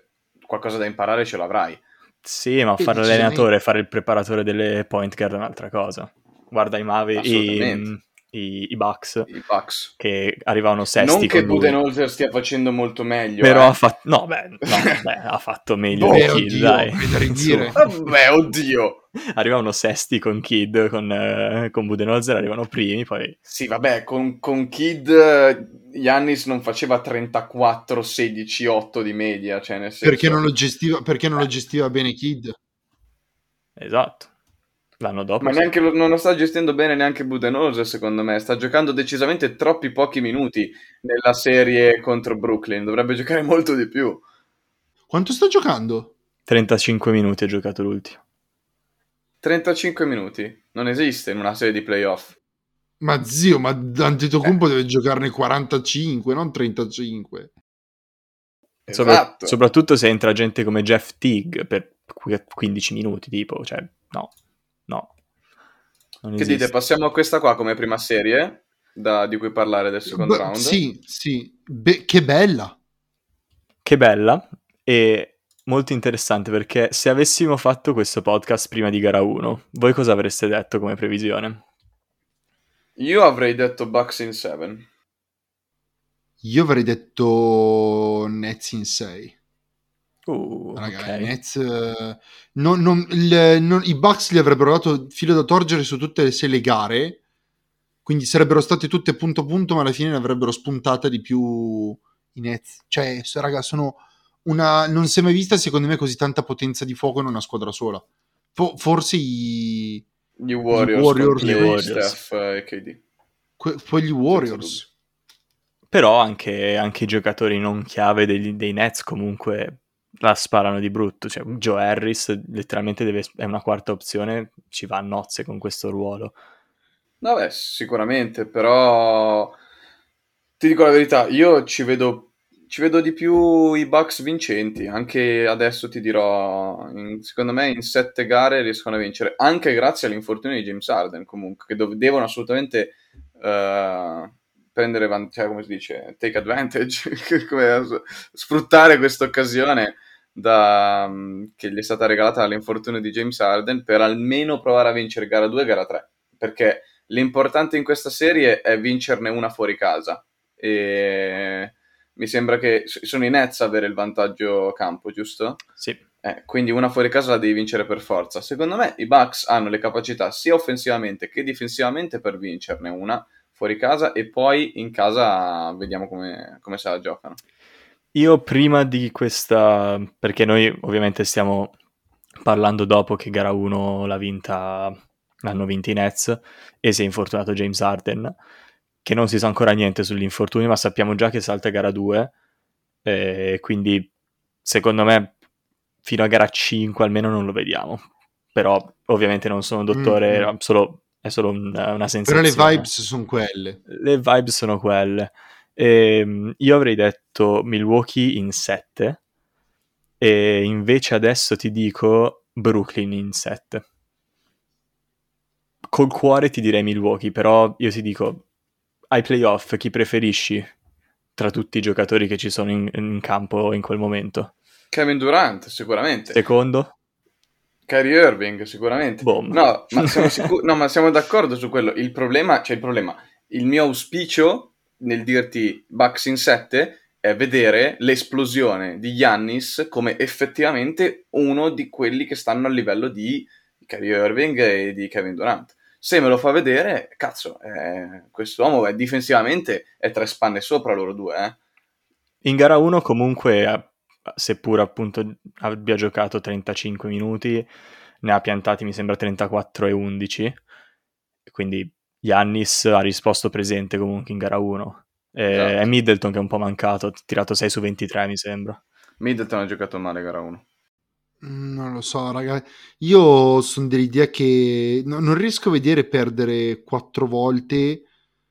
qualcosa da imparare ce l'avrai. Sì, ma E fare decisamente. l'allenatore e fare il preparatore delle point guard è un'altra cosa. Guarda i Assolutamente. i Bucks I Bucks. che arrivavano Non sesti che con lui. Budenholzer stia facendo molto meglio, Però ha fatto ha fatto meglio di Beh, Kidd, oddio, dai. è da ridire. Insomma. Vabbè, oddio. Arrivavano sesti con Kidd, con Budenholzer arrivano primi, poi Sì, vabbè, con Kidd Giannis non faceva 34, 16, 8 di media, cioè nel senso... Perché non lo gestiva bene Kidd? esatto. L'anno dopo Ma sì. neanche non lo sta gestendo bene neanche Budenholzer, secondo me. Sta giocando decisamente troppi pochi minuti nella serie contro Brooklyn. Dovrebbe giocare molto di più. Quanto sta giocando? 35 minuti ha giocato l'ultimo. 35 minuti. Non esiste in una serie di playoff. Ma zio, ma Antetokounmpo deve giocarne 45, non 35. Esatto. Soprattutto se entra gente come Jeff Teague per 15 minuti, tipo, cioè, no. Non Che esiste. dite, passiamo a questa qua come prima serie di cui parlare del secondo round? Sì. Che bella. Che bella e molto interessante, perché se avessimo fatto questo podcast prima di gara 1, voi cosa avreste detto come previsione? Io avrei detto Bucks in 7. Io avrei detto Nets in 6. Raga, Ok. Nets, i Bucks gli avrebbero dato filo da torgere su tutte le 6 le gare, quindi sarebbero state tutte punto a punto, ma alla fine ne avrebbero spuntata di più i Nets. Cioè, raga, non si è mai vista secondo me così tanta potenza di fuoco in una squadra sola. Forse Gli Warriors Warriors. con Clay, Warriors. Steph e KD. Poi gli Warriors. Però anche i giocatori non chiave dei Nets comunque la sparano di brutto. Cioè, Joe Harris letteralmente è una quarta opzione, ci va a nozze con questo ruolo. Vabbè, sicuramente, però ti dico la verità, io ci vedo di più i Bucks vincenti. Anche adesso ti dirò, secondo me in 7 gare riescono a vincere, anche grazie all'infortunio di James Harden comunque, che devono assolutamente prendere cioè, come si dice, take advantage, sfruttare questa occasione che gli è stata regalata dall'infortunio di James Harden per almeno provare a vincere gara 2 e gara 3, perché l'importante in questa serie è vincerne una fuori casa e mi sembra che sono i Nets a avere il vantaggio campo, giusto? Sì. Quindi una fuori casa la devi vincere per forza. Secondo me i Bucks hanno le capacità sia offensivamente che difensivamente per vincerne una fuori casa e poi in casa vediamo come se la giocano. Io prima di questa, perché noi ovviamente stiamo parlando dopo che gara 1 l'hanno vinta i Nets e si è infortunato James Harden, che non si sa ancora niente sull'infortunio, ma sappiamo già che salta gara 2, quindi secondo me fino a gara 5 almeno non lo vediamo, però ovviamente non sono dottore, è solo una sensazione. Però le vibes sono quelle. Le vibes sono quelle. Io avrei detto Milwaukee in 7 e invece adesso ti dico Brooklyn in 7. Col cuore ti direi Milwaukee, però io ti dico ai playoff chi preferisci tra tutti i giocatori che ci sono in campo in quel momento? Kevin Durant sicuramente. Secondo? Kyrie Irving sicuramente. Boom. No, ma siamo no, ma siamo d'accordo su quello. Il problema, il mio auspicio nel dirti Bucks in 7 è vedere l'esplosione di Giannis come effettivamente uno di quelli che stanno a livello di Kyrie Irving e di Kevin Durant. Se me lo fa vedere, cazzo, quest'uomo difensivamente è 3 spanne sopra loro due. In gara 1 comunque, seppur appunto abbia giocato 35 minuti, ne ha piantati mi sembra 34 e 11, quindi Giannis ha risposto presente comunque in gara 1. Esatto. È Middleton che è un po' mancato, ha tirato 6 su 23 mi sembra. Middleton ha giocato male gara 1. Non lo so, raga. Io sono dell'idea che non riesco a vedere perdere 4 volte.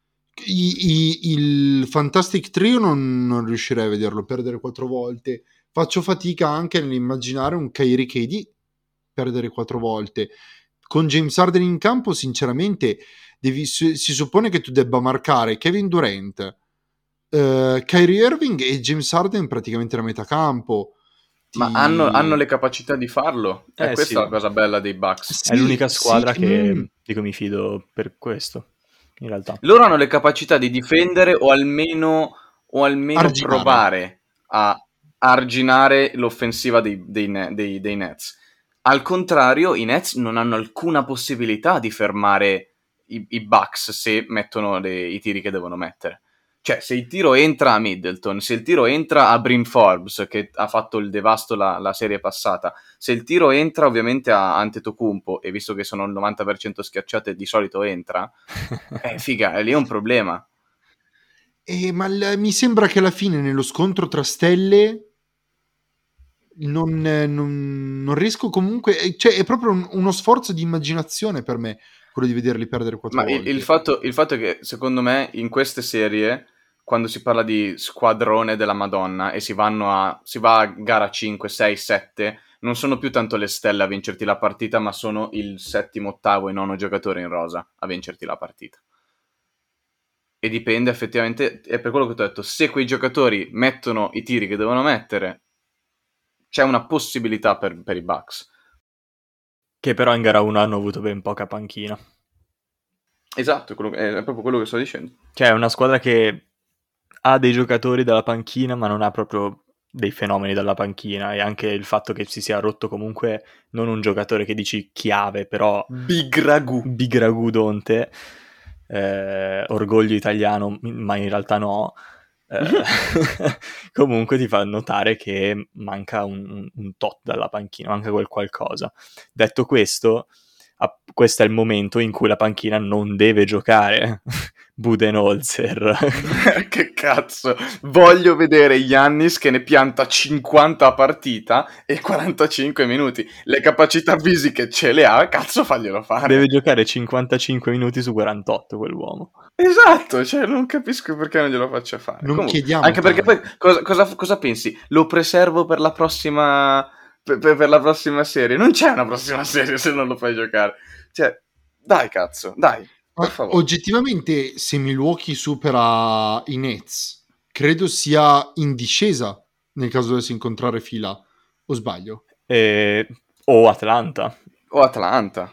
Il Fantastic Trio non riuscirei a vederlo perdere 4 volte. Faccio fatica anche nell'immaginare un Kyrie KD perdere 4 volte. Con James Harden in campo, sinceramente, si suppone che tu debba marcare Kevin Durant, Kyrie Irving e James Harden praticamente a metà campo. Ma hanno le capacità di farlo. È questa sì. la cosa bella dei Bucks. È l'unica squadra sì, di cui mi fido per questo, in realtà. Loro hanno le capacità di difendere o almeno Arginare. provare a arginare l'offensiva dei Nets. Al contrario, i Nets non hanno alcuna possibilità di fermare i Bucks se mettono i tiri che devono mettere. Cioè, se il tiro entra a Middleton, se il tiro entra a Bryn Forbes, che ha fatto il devasto la serie passata, se il tiro entra ovviamente a Antetokounmpo, e visto che sono il 90% schiacciate di solito entra, figa, è lì un problema. Ma mi sembra che alla fine nello scontro tra stelle non riesco comunque, cioè è proprio uno sforzo di immaginazione per me quello di vederli perdere 4 volte. Il fatto è che secondo me in queste serie, quando si parla di squadrone della Madonna e si va a gara 5, 6, 7, non sono più tanto le stelle a vincerti la partita, ma sono il settimo, ottavo e nono giocatore in rosa a vincerti la partita. E dipende effettivamente, è per quello che ti ho detto, se quei giocatori mettono i tiri che devono mettere, c'è una possibilità per i Bucks. Che però in gara 1 hanno avuto ben poca panchina. Esatto, è proprio quello che sto dicendo. Cioè è una squadra che ha dei giocatori dalla panchina, ma non ha proprio dei fenomeni dalla panchina, e anche il fatto che si sia rotto comunque non un giocatore che dici chiave, però Big Ragu Donte, orgoglio italiano, ma in realtà no. Comunque ti fa notare che manca un tot dalla panchina, manca quel qualcosa. Detto questo, questo è il momento in cui la panchina non deve giocare. Budenholzer. Che cazzo, voglio vedere Giannis che ne pianta 50 a partita e 45 minuti. Le capacità fisiche ce le ha, cazzo faglielo fare. Deve giocare 55 minuti su 48 quell'uomo. Esatto, cioè non capisco perché non glielo faccia fare. Non chiediamo anche perché tanto. poi cosa pensi? Lo preservo per la prossima per la prossima serie. Non c'è una prossima serie se non lo fai giocare. Cioè, dai cazzo, dai. Per favore. Oggettivamente, se Milwaukee supera i Nets, credo sia in discesa nel caso dovesse incontrare fila, o sbaglio? O Atlanta. O Atlanta.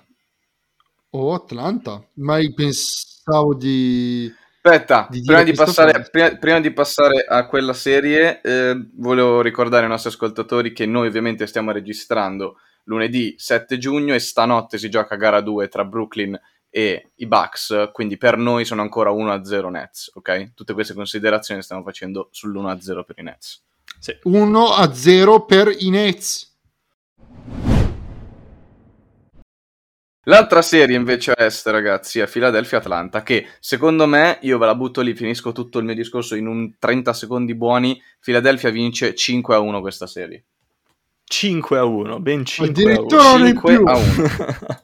Ma pensavo di... Aspetta, di prima dire prima di passare a quella serie, volevo ricordare ai nostri ascoltatori che noi ovviamente stiamo registrando lunedì 7 giugno e stanotte si gioca gara 2 tra Brooklyn e i Bucks, quindi per noi sono ancora 1-0 Nets, ok? Tutte queste considerazioni stiamo facendo sull'1-0 per i Nets. Sì. 1-0 per i Nets. L'altra serie invece a est, ragazzi, è Philadelphia-Atlanta, che secondo me, io ve la butto lì, finisco tutto il mio discorso in un 30 secondi buoni, Philadelphia vince 5-1 questa serie. 5-1, ben 5-1. Addirittura 5-1.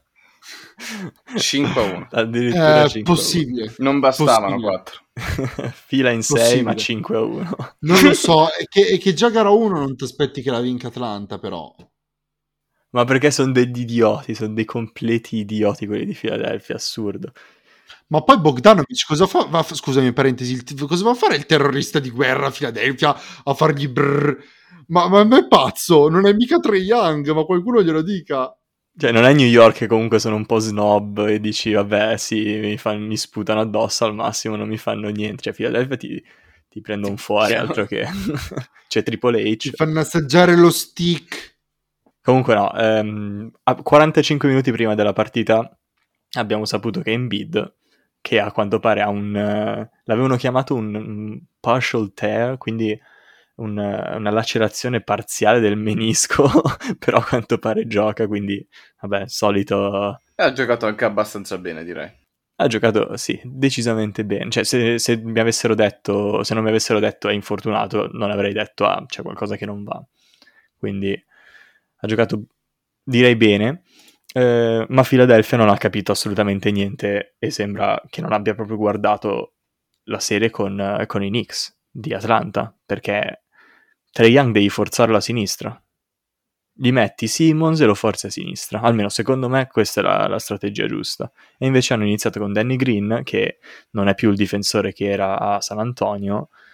5-1. Addirittura 5-1. Possibile. Non bastavano 4. Fila in 6, Possibile. ma 5-1. Non lo so, è che già gara 1 non ti aspetti che la vinca Atlanta, però. Ma perché sono degli idioti, sono dei completi idioti quelli di Philadelphia, assurdo. Ma poi Bogdanovic cosa fa? Scusami, parentesi, cosa va a fare il terrorista di guerra a Philadelphia a fargli brrr? Ma è pazzo, non è mica Trae Young, ma qualcuno glielo dica. Cioè, non è New York che comunque sono un po' snob e dici, vabbè, sì, mi sputano addosso, al massimo non mi fanno niente. Cioè, Philadelphia ti prendono fuori, altro che... C'è Triple H. Ti fanno assaggiare lo stick. Comunque no, a 45 minuti prima della partita abbiamo saputo che Embiid, che a quanto pare ha l'avevano chiamato un partial tear, quindi una lacerazione parziale del menisco, però a quanto pare gioca, quindi vabbè, solito... Ha giocato anche abbastanza bene, direi. Ha giocato, sì, decisamente bene. Cioè, se non mi avessero detto è infortunato, non avrei detto, c'è qualcosa che non va. Quindi ha giocato, direi, bene, ma Philadelphia non ha capito assolutamente niente e sembra che non abbia proprio guardato la serie con i Knicks di Atlanta, perché Trae Young devi forzarlo a sinistra. Gli metti Simmons e lo forzi a sinistra. Almeno secondo me questa è la strategia giusta. E invece hanno iniziato con Danny Green, che non è più il difensore che era a San Antonio,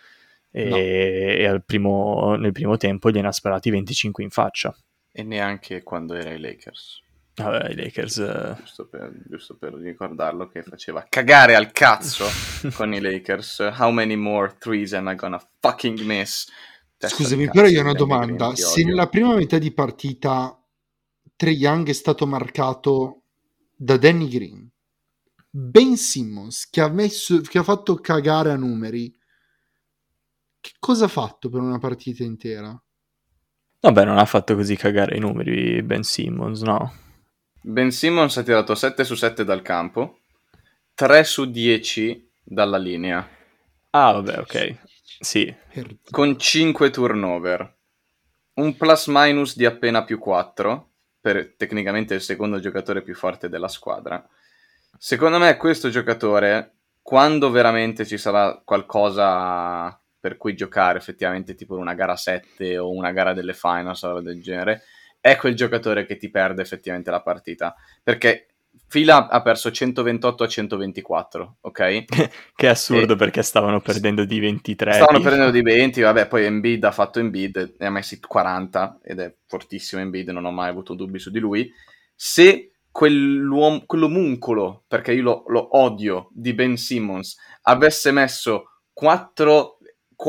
e nel primo tempo gliene ha sparati 25 in faccia. E neanche quando era ai Lakers. Vabbè, i Lakers... Giusto per ricordarlo che faceva cagare al cazzo con i Lakers. How many more threes am I gonna fucking miss? Scusami, però io ho una domanda. Se nella prima metà di partita Trae Young è stato marcato da Danny Green, Ben Simmons che ha fatto cagare a numeri, che cosa ha fatto per una partita intera? Vabbè, non ha fatto così cagare i numeri Ben Simmons, no? Ben Simmons ha tirato 7 su 7 dal campo, 3 su 10 dalla linea. Ah, vabbè, ok. Sì. Con 5 turnover. Un plus minus di appena più 4, per tecnicamente il secondo giocatore più forte della squadra. Secondo me questo giocatore, quando veramente ci sarà qualcosa per cui giocare, effettivamente tipo una gara 7 o una gara delle finals o del genere, è quel giocatore che ti perde effettivamente la partita, perché Fila ha perso 128 a 124, ok? Che è assurdo, perché stavano perdendo di 23. Stavano perdendo di 20, vabbè, poi Embiid ha fatto Embiid e ha messi 40, ed è fortissimo Embiid, non ho mai avuto dubbi su di lui. Se quell'omuncolo, perché io lo odio, di Ben Simmons, avesse messo 4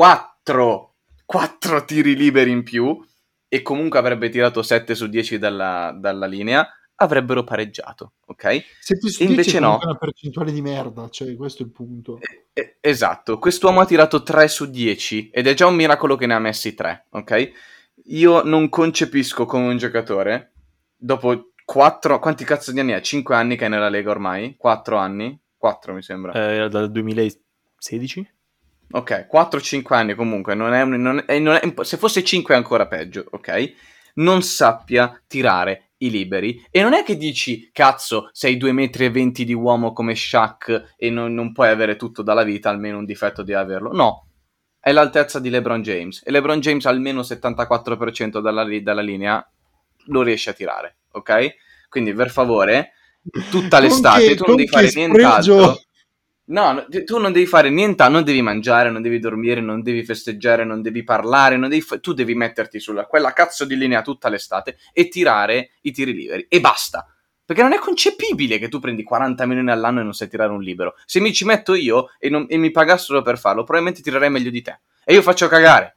tiri liberi in più e comunque avrebbe tirato 7 su 10 dalla linea, avrebbero pareggiato, ok? 7 su 10 invece è no. Una percentuale di merda, cioè questo è il punto. Esatto, quest'uomo ha tirato 3 su 10 ed è già un miracolo che ne ha messi 3, ok? Io non concepisco come un giocatore, dopo 4, quanti cazzo di anni ha? 5 anni che è nella Lega ormai? 4 anni? 4 mi sembra. Era dal 2016? Ok, 4-5 anni comunque, se fosse 5 è ancora peggio, ok? Non sappia tirare i liberi. E non è che dici, cazzo, sei 2,20 m di uomo come Shaq e non puoi avere tutto dalla vita, almeno un difetto di averlo. No, è l'altezza di LeBron James. E LeBron James almeno 74% dalla linea lo riesce a tirare, ok? Quindi, per favore, tutta l'estate tu non devi fare nient'altro. No, tu non devi fare niente, non devi mangiare, non devi dormire, non devi festeggiare, non devi parlare, tu devi metterti sulla quella cazzo di linea tutta l'estate e tirare i tiri liberi e basta. Perché non è concepibile che tu prendi 40 milioni all'anno e non sai tirare un libero. Se mi ci metto io e mi pagassero per farlo, probabilmente tirerei meglio di te. E io faccio cagare.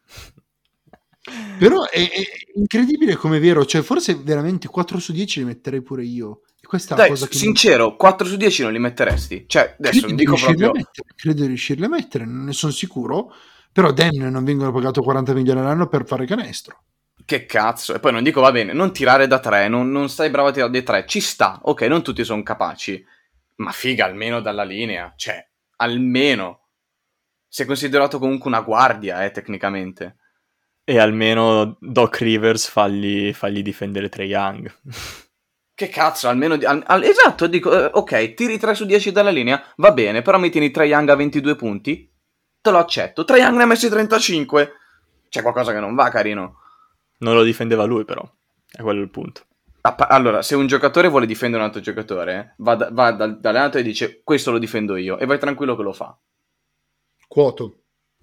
Però è incredibile come è vero, cioè forse veramente 4 su 10 li metterei pure io. Questa Dai, cosa che sincero, 4 su 10 non li metteresti. Cioè, adesso non dico proprio... Credo di riuscirli a mettere, non ne sono sicuro. Però non vengono pagato 40 milioni all'anno per fare canestro. Che cazzo. E poi non dico, va bene, non tirare da 3, non stai bravo a tirare dai 3. Ci sta, ok, non tutti sono capaci. Ma figa, almeno dalla linea. Cioè, almeno. Sei considerato comunque una guardia, tecnicamente. E almeno Doc Rivers fagli difendere Trae Young. Che cazzo, almeno... esatto, dico, ok, tiri 3 su 10 dalla linea, va bene, però mi tieni Trae Young a 22 punti? Te lo accetto. Trae Young ne ha messi 35. C'è qualcosa che non va, carino. Non lo difendeva lui, però. È quello il punto. Allora, se un giocatore vuole difendere un altro giocatore, va dall'allenatore e dice, questo lo difendo io, e vai tranquillo che lo fa. Quoto.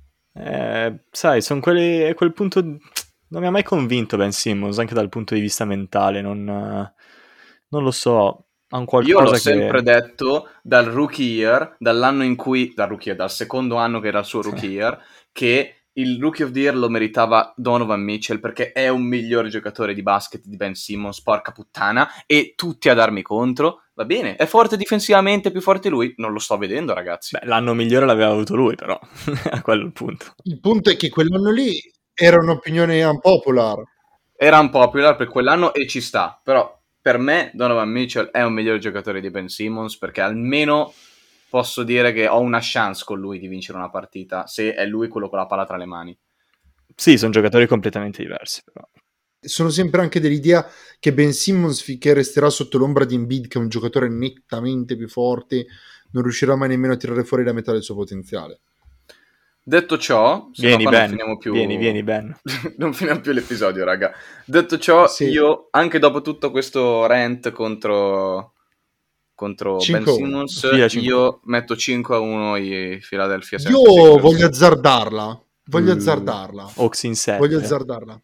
Sai, sono è quel punto... Non mi ha mai convinto Ben Simmons, anche dal punto di vista mentale, non lo so, ha un qualcosa. Io l'ho sempre detto dal rookie year, dall'anno in cui, dal secondo anno che era il suo rookie year, che il rookie of the year lo meritava Donovan Mitchell, perché è un migliore giocatore di basket di Ben Simmons, porca puttana, e tutti a darmi contro. Va bene, è forte difensivamente, più forte lui? Non lo sto vedendo, ragazzi. Beh, l'anno migliore l'aveva avuto lui, però, a quello il punto. Il punto è che quell'anno lì era un'opinione unpopular. Era unpopular per quell'anno e ci sta, però per me Donovan Mitchell è un migliore giocatore di Ben Simmons, perché almeno posso dire che ho una chance con lui di vincere una partita, se è lui quello con la palla tra le mani. Sì, sono giocatori completamente diversi, però. Sono sempre anche dell'idea che Ben Simmons, finché resterà sotto l'ombra di Embiid, che è un giocatore nettamente più forte, non riuscirà mai nemmeno a tirare fuori la metà del suo potenziale. Detto ciò, vieni Ben, non finiamo più... vieni Ben. Non finiamo più l'episodio, raga. Detto ciò, sì. Io, anche dopo tutto questo rant contro Ben Simmons, io metto 5-1 i Philadelphia 76ers. Io voglio azzardarla. Voglio azzardarla. Hawks in 7. Voglio azzardarla.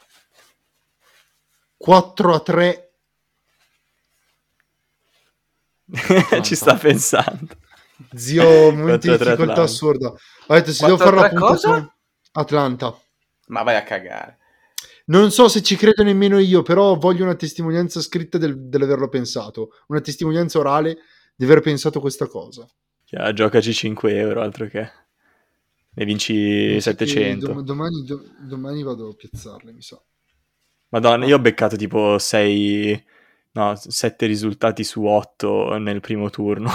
4-3. Ci sta pensando. Zio, momenti di 4-3 difficoltà Atlanta. assurda. Ho detto, se devo fare la 4-3 cosa? puntazione... Atlanta. Ma vai a cagare. Non so se ci credo nemmeno io, però voglio una testimonianza scritta dell'averlo pensato. Una testimonianza orale di aver pensato questa cosa. Giocaci 5 euro, altro che. Ne vinci Mi sa che 700. domani vado a piazzarle, mi sa. Madonna, io ho beccato tipo 7 risultati su 8 nel primo turno.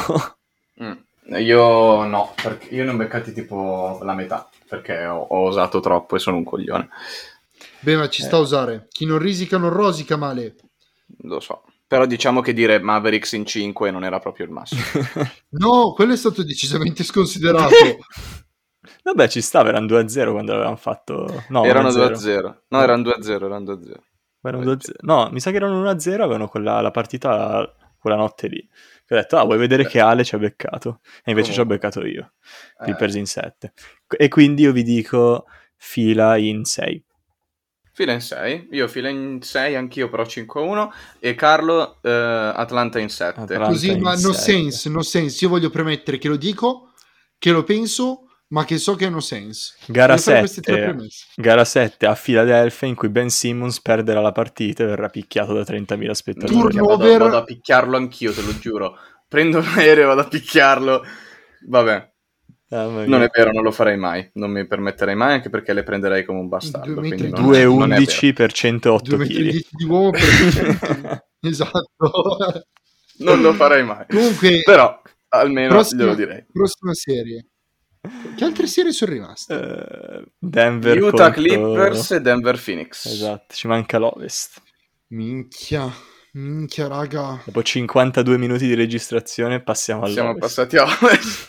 Io no, perché io ne ho beccati tipo la metà, perché ho osato troppo e sono un coglione. Beh, ma ci sta a usare. Chi non risica non rosica, male. Lo so. Però diciamo che dire Mavericks in 5 non era proprio il massimo. No, quello è stato decisamente sconsiderato. Vabbè, ci stava, erano 2-0 quando l'avevamo fatto. No, Erano 1-0. 2-0. No, erano 2-0, erano 2-0. Erano 2-0. No, mi sa che erano 1-0, avevano la partita quella notte lì. Ho detto, vuoi vedere che Ale ci ha beccato? E invece ci ho beccato io. Clippers in 7. E quindi io vi dico fila in 6. Fila in 6, io fila in 6, anch'io però 5-1 e Carlo Atlanta in 7. Atlanta Così, in ma no 7. sense. Io voglio premettere che lo dico, che lo penso, ma che so che no sense. Gara Voglio fare queste tre 7, premesse. gara 7 a Philadelphia in cui Ben Simmons perderà la partita e verrà picchiato da 30.000 spettatori. Turnover. Vado a picchiarlo anch'io, te lo giuro. Prendo un aereo e vado a picchiarlo. Vabbè. Non è vero, non lo farei mai. Non mi permetterei mai, anche perché le prenderei come un bastardo. 2,11 per 108 kg. 2,10 di uomo per 100. Esatto. Non lo farei mai. Comunque, però almeno glielo direi. Prossima serie. Che altre serie sono rimaste? Denver Utah Clippers e Denver Phoenix. Esatto, ci manca l'Ovest. Minchia, raga. Dopo 52 minuti di registrazione passiamo all'Ovest. Siamo passati a Ovest.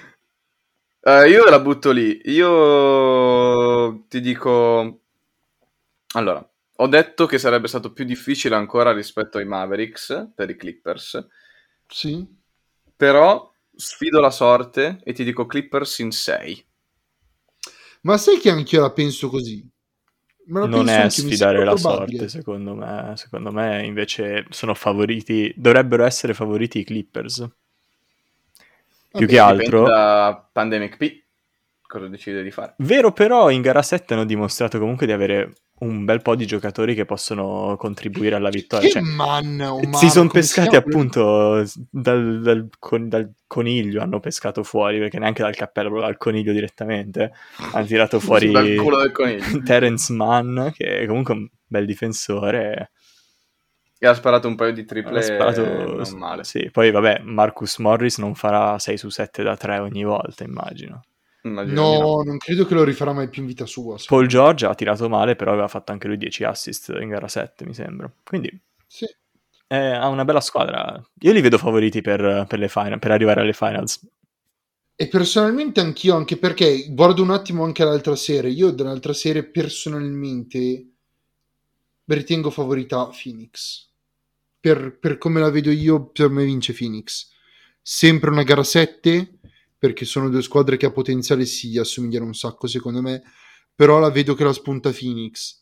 Io la butto lì. Io ti dico... Allora, ho detto che sarebbe stato più difficile ancora rispetto ai Mavericks per i Clippers. Sì. Però sfido la sorte e ti dico Clippers in 6. Ma sai che anch'io la penso così? Non è sfidare la sorte, secondo me. Secondo me invece sono favoriti. Dovrebbero essere favoriti i Clippers. Più che altro da Pandemic P cosa decide di fare. Vero, però in gara 7 hanno dimostrato comunque di avere un bel po' di giocatori che possono contribuire alla vittoria. Che Omar, si sono pescati appunto dal coniglio, hanno pescato fuori, perché neanche dal cappello, proprio dal coniglio direttamente. Hanno tirato fuori dal culo del coniglio. Terence Mann, che è comunque un bel difensore. E ha sparato un paio di triple non male. Sì, poi vabbè, Marcus Morris non farà 6 su 7 da 3 ogni volta, immagino. No, non credo che lo rifarà mai più in vita sua. Paul George ha tirato male, però aveva fatto anche lui 10 assist in gara 7, mi sembra. Quindi sì. Ha una bella squadra. Io li vedo favoriti per le final, per arrivare alle finals. E personalmente anch'io, anche perché guardo un attimo anche l'altra serie. Io dall'altra serie personalmente ritengo favorita Phoenix. Per come la vedo io, per me vince Phoenix. Sempre una gara 7, perché sono due squadre che a potenziale si assomigliano un sacco secondo me, però la vedo che la spunta Phoenix.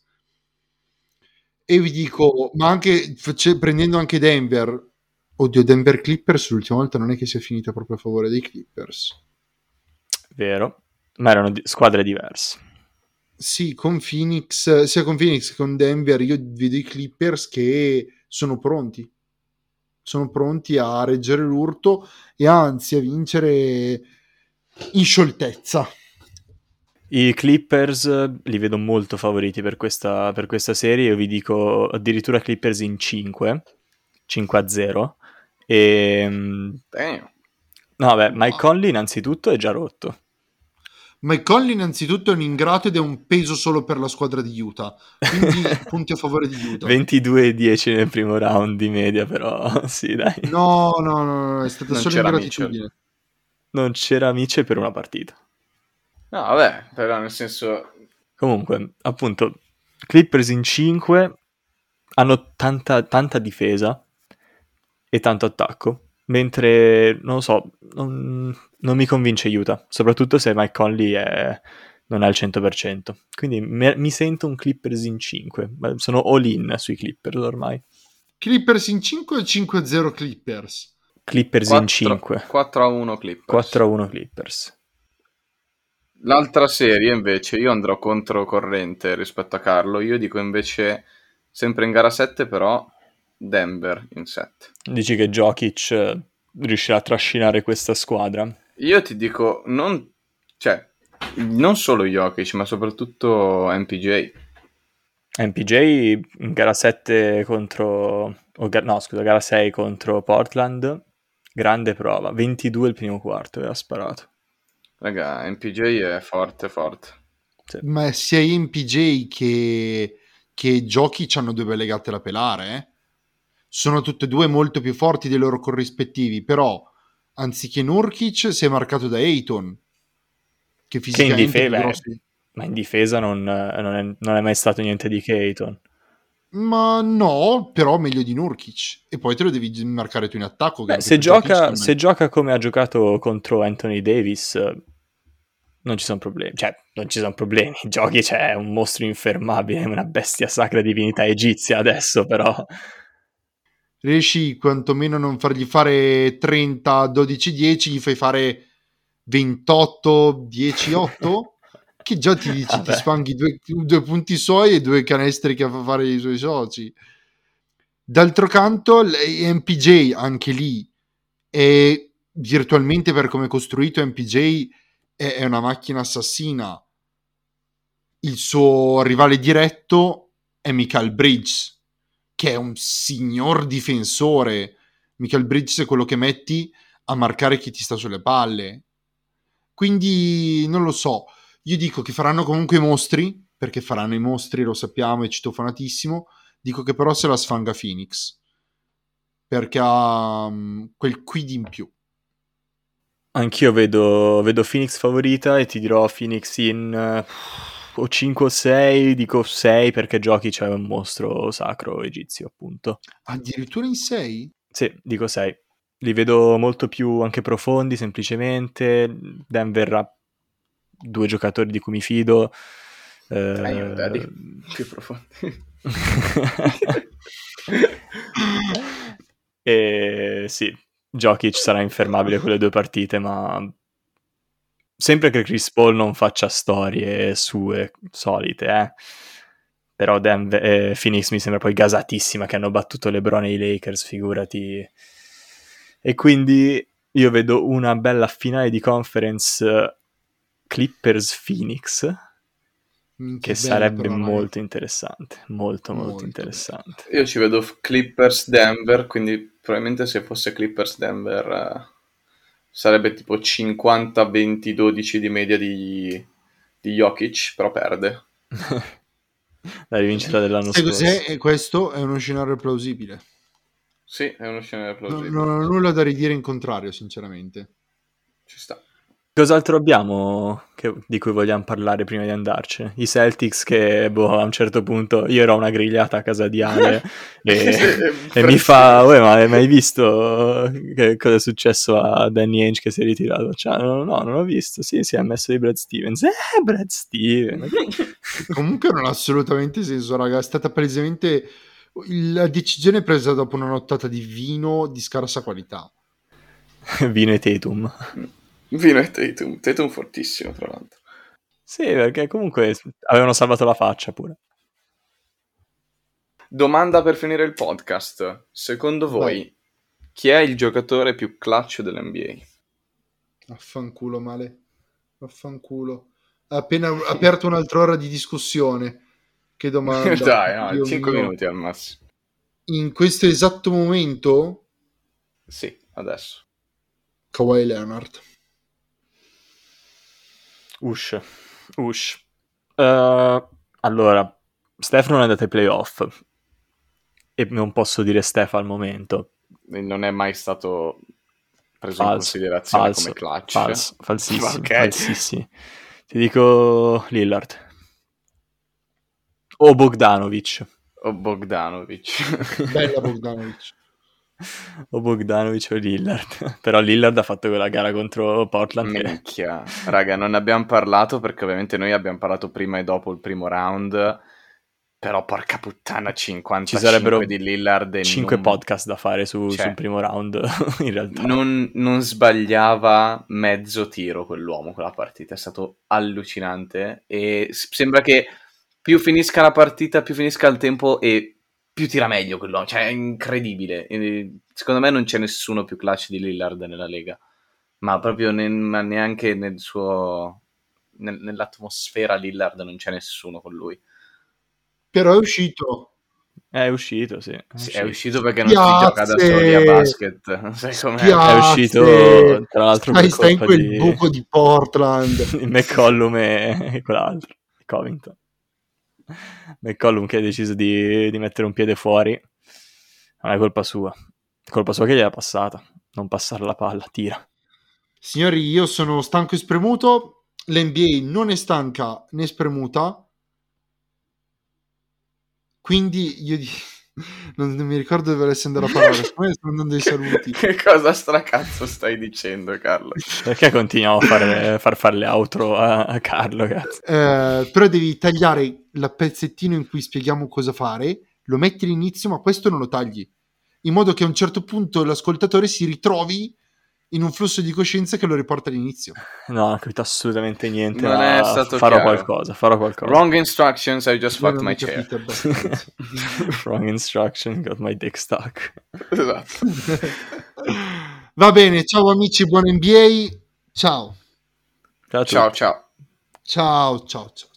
E vi dico, ma anche prendendo anche Denver, oddio, Denver Clippers l'ultima volta non è che sia finita proprio a favore dei Clippers. Vero, ma erano squadre diverse. Sì, con Phoenix, sia con Phoenix che con Denver, io vedo i Clippers che sono pronti a reggere l'urto e anzi a vincere in scioltezza. I Clippers li vedo molto favoriti per questa serie. Io vi dico addirittura Clippers in 5-0. E no, vabbè, Mike Conley innanzitutto è già rotto. Mike Conley innanzitutto è un ingrato ed è un peso solo per la squadra di Utah, quindi punti a favore di Utah. 22-10 nel primo round di media, però sì, dai. No, è stata solo ingratitudine. Mitchell. Non c'era Mitchell per una partita. No, vabbè, però nel senso... Comunque, appunto, Clippers in 5 hanno tanta difesa e tanto attacco, mentre, non lo so, non mi convince Utah, soprattutto se Mike Conley non è al 100%. Quindi mi sento un Clippers in 5. Sono all in sui Clippers ormai. Clippers in 5 o 5-0 Clippers? Clippers in 5. 4-1 Clippers. 4-1 Clippers. L'altra serie invece io andrò controcorrente rispetto a Carlo. Io dico invece sempre in gara 7 però Denver in 7. Dici che Jokic riuscirà a trascinare questa squadra? Io ti dico non solo Jokic ma soprattutto MPJ. MPJ in gara 7 gara 6 contro Portland, grande prova, 22 il primo quarto aveva sparato. Raga, MPJ è forte. Sì. Ma sia MPJ che Jokic hanno due belle gatte da pelare, Sono tutte e due molto più forti dei loro corrispettivi, però anziché Nurkic si è marcato da Ayton, che fisicamente ma in difesa non è mai stato niente di che Ayton. Ma no, però meglio di Nurkic. E poi te lo devi marcare tu in attacco. Beh, se gioca come ha giocato contro Anthony Davis, non ci sono problemi. Cioè, non ci sono problemi. Jokic è un mostro infermabile, è una bestia sacra divinità egizia adesso, però... Riesci quantomeno a non fargli fare 30, 12, 10, gli fai fare 28, 10, 8... che già ti dici, ti spanghi due punti suoi e 2 canestri che fa fare i suoi soci. D'altro canto MPJ anche lì è virtualmente, per come è costruito, MPJ è una macchina assassina. Il suo rivale diretto è Mikal Bridges, che è un signor difensore. Mikal Bridges è quello che metti a marcare chi ti sta sulle palle. Quindi non lo so. Io dico che faranno comunque i mostri, perché faranno i mostri, lo sappiamo, e citofonatissimo. Dico che però se la sfanga Phoenix, perché ha quel quid in più. Anch'io vedo Phoenix favorita e ti dirò Phoenix in o 5 o 6, dico 6 perché Jokic è un mostro sacro egizio, appunto. Addirittura in 6? Sì, dico 6. Li vedo molto più anche profondi, semplicemente. Denver ha 2 giocatori di cui mi fido. Più profondi. E sì, Jokic sarà infermabile quelle 2 partite, ma sempre che Chris Paul non faccia storie sue solite, però Phoenix mi sembra poi gasatissima, che hanno battuto LeBron e i Lakers, figurati. E quindi io vedo una bella finale di conference Clippers-Phoenix, che sarebbe molto interessante, molto interessante. Io ci vedo Clippers-Denver, quindi probabilmente se fosse Clippers-Denver sarebbe tipo 50-20-12 di media di Jokic, però perde. La rivincita dell'anno scorso. E questo è uno scenario plausibile. Sì, è uno scenario plausibile. Non ho nulla da ridire in contrario, sinceramente. Ci sta. Cos'altro abbiamo di cui vogliamo parlare prima di andarcene? I Celtics che, a un certo punto, io ero a una grigliata a casa di Ale e mi fa, ma hai visto che cosa è successo a Danny Ainge che si è ritirato? Cioè, no, non ho visto. Sì, si è messo di Brad Stevens. Brad Stevens. Comunque non ha assolutamente senso, raga. È stata palesemente la decisione presa dopo una nottata di vino di scarsa qualità. Vino e Tatum. Vino e Tatum fortissimo, tra l'altro. Sì, perché comunque avevano salvato la faccia pure. Domanda per finire il podcast. Secondo voi, chi è il giocatore più clutch dell'NBA? Affanculo, Male. Affanculo. Ha appena aperto un'altra ora di discussione. Che domanda. Dai, no, 5 minuti al massimo. In questo esatto momento? Sì, adesso. Kawhi Leonard. Ush. Allora, Steph non è andato ai playoff e non posso dire Steph al momento. Non è mai stato preso in considerazione come clutch. Falsissimo, Okay. falsissimi. Ti dico Lillard. O Bogdanovic. O Bogdanovic. Bella Bogdanovic. o Bogdanovic o Lillard. Però Lillard ha fatto quella gara contro Portland che... Minchia, raga, non ne abbiamo parlato perché ovviamente noi abbiamo parlato prima e dopo il primo round, però porca puttana, 55 ci sarebbero di Lillard e 5 non- podcast da fare sul Cioè, primo round in realtà. non sbagliava mezzo tiro quell'uomo quella partita, è stato allucinante e sembra che più finisca la partita, più finisca il tempo e più tira meglio quell'uomo, cioè è incredibile. E secondo me non c'è nessuno più clutch di Lillard nella Lega, ma proprio ma neanche nel suo nell'atmosfera Lillard non c'è nessuno con lui. Però è uscito. È uscito, sì. Sì, è uscito perché non si gioca da Spiazze! soli a basket. Sai com'è? È uscito, tra l'altro, per Stai in colpa quel di- buco di Portland. di McCollum e quell'altro, Covington. McCollum che ha deciso di mettere un piede fuori. Non è colpa sua. È colpa sua che gli è passata. Non passare la palla, tira. Signori, io sono stanco e spremuto. L'NBA non è stanca né spremuta. Quindi io non mi ricordo dove volessi andare a parlare. Secondo me sto andando ai saluti. Che cosa stracazzo stai dicendo, Carlo? Perché continuiamo a fare le outro a Carlo, cazzo? Però devi tagliare il pezzettino in cui spieghiamo cosa fare, lo metti all'inizio, ma questo non lo tagli, in modo che a un certo punto l'ascoltatore si ritrovi in un flusso di coscienza che lo riporta all'inizio. No, non ho capito assolutamente niente. Non ma è stato farò chiaro. qualcosa. Wrong instructions, I just Io fucked non my ho chair. capito abbastanza. Wrong instruction, got my dick stuck. Esatto. Va bene, ciao amici, buon NBA. Ciao. Ciao a tutti. Ciao, ciao. Ciao, ciao, ciao.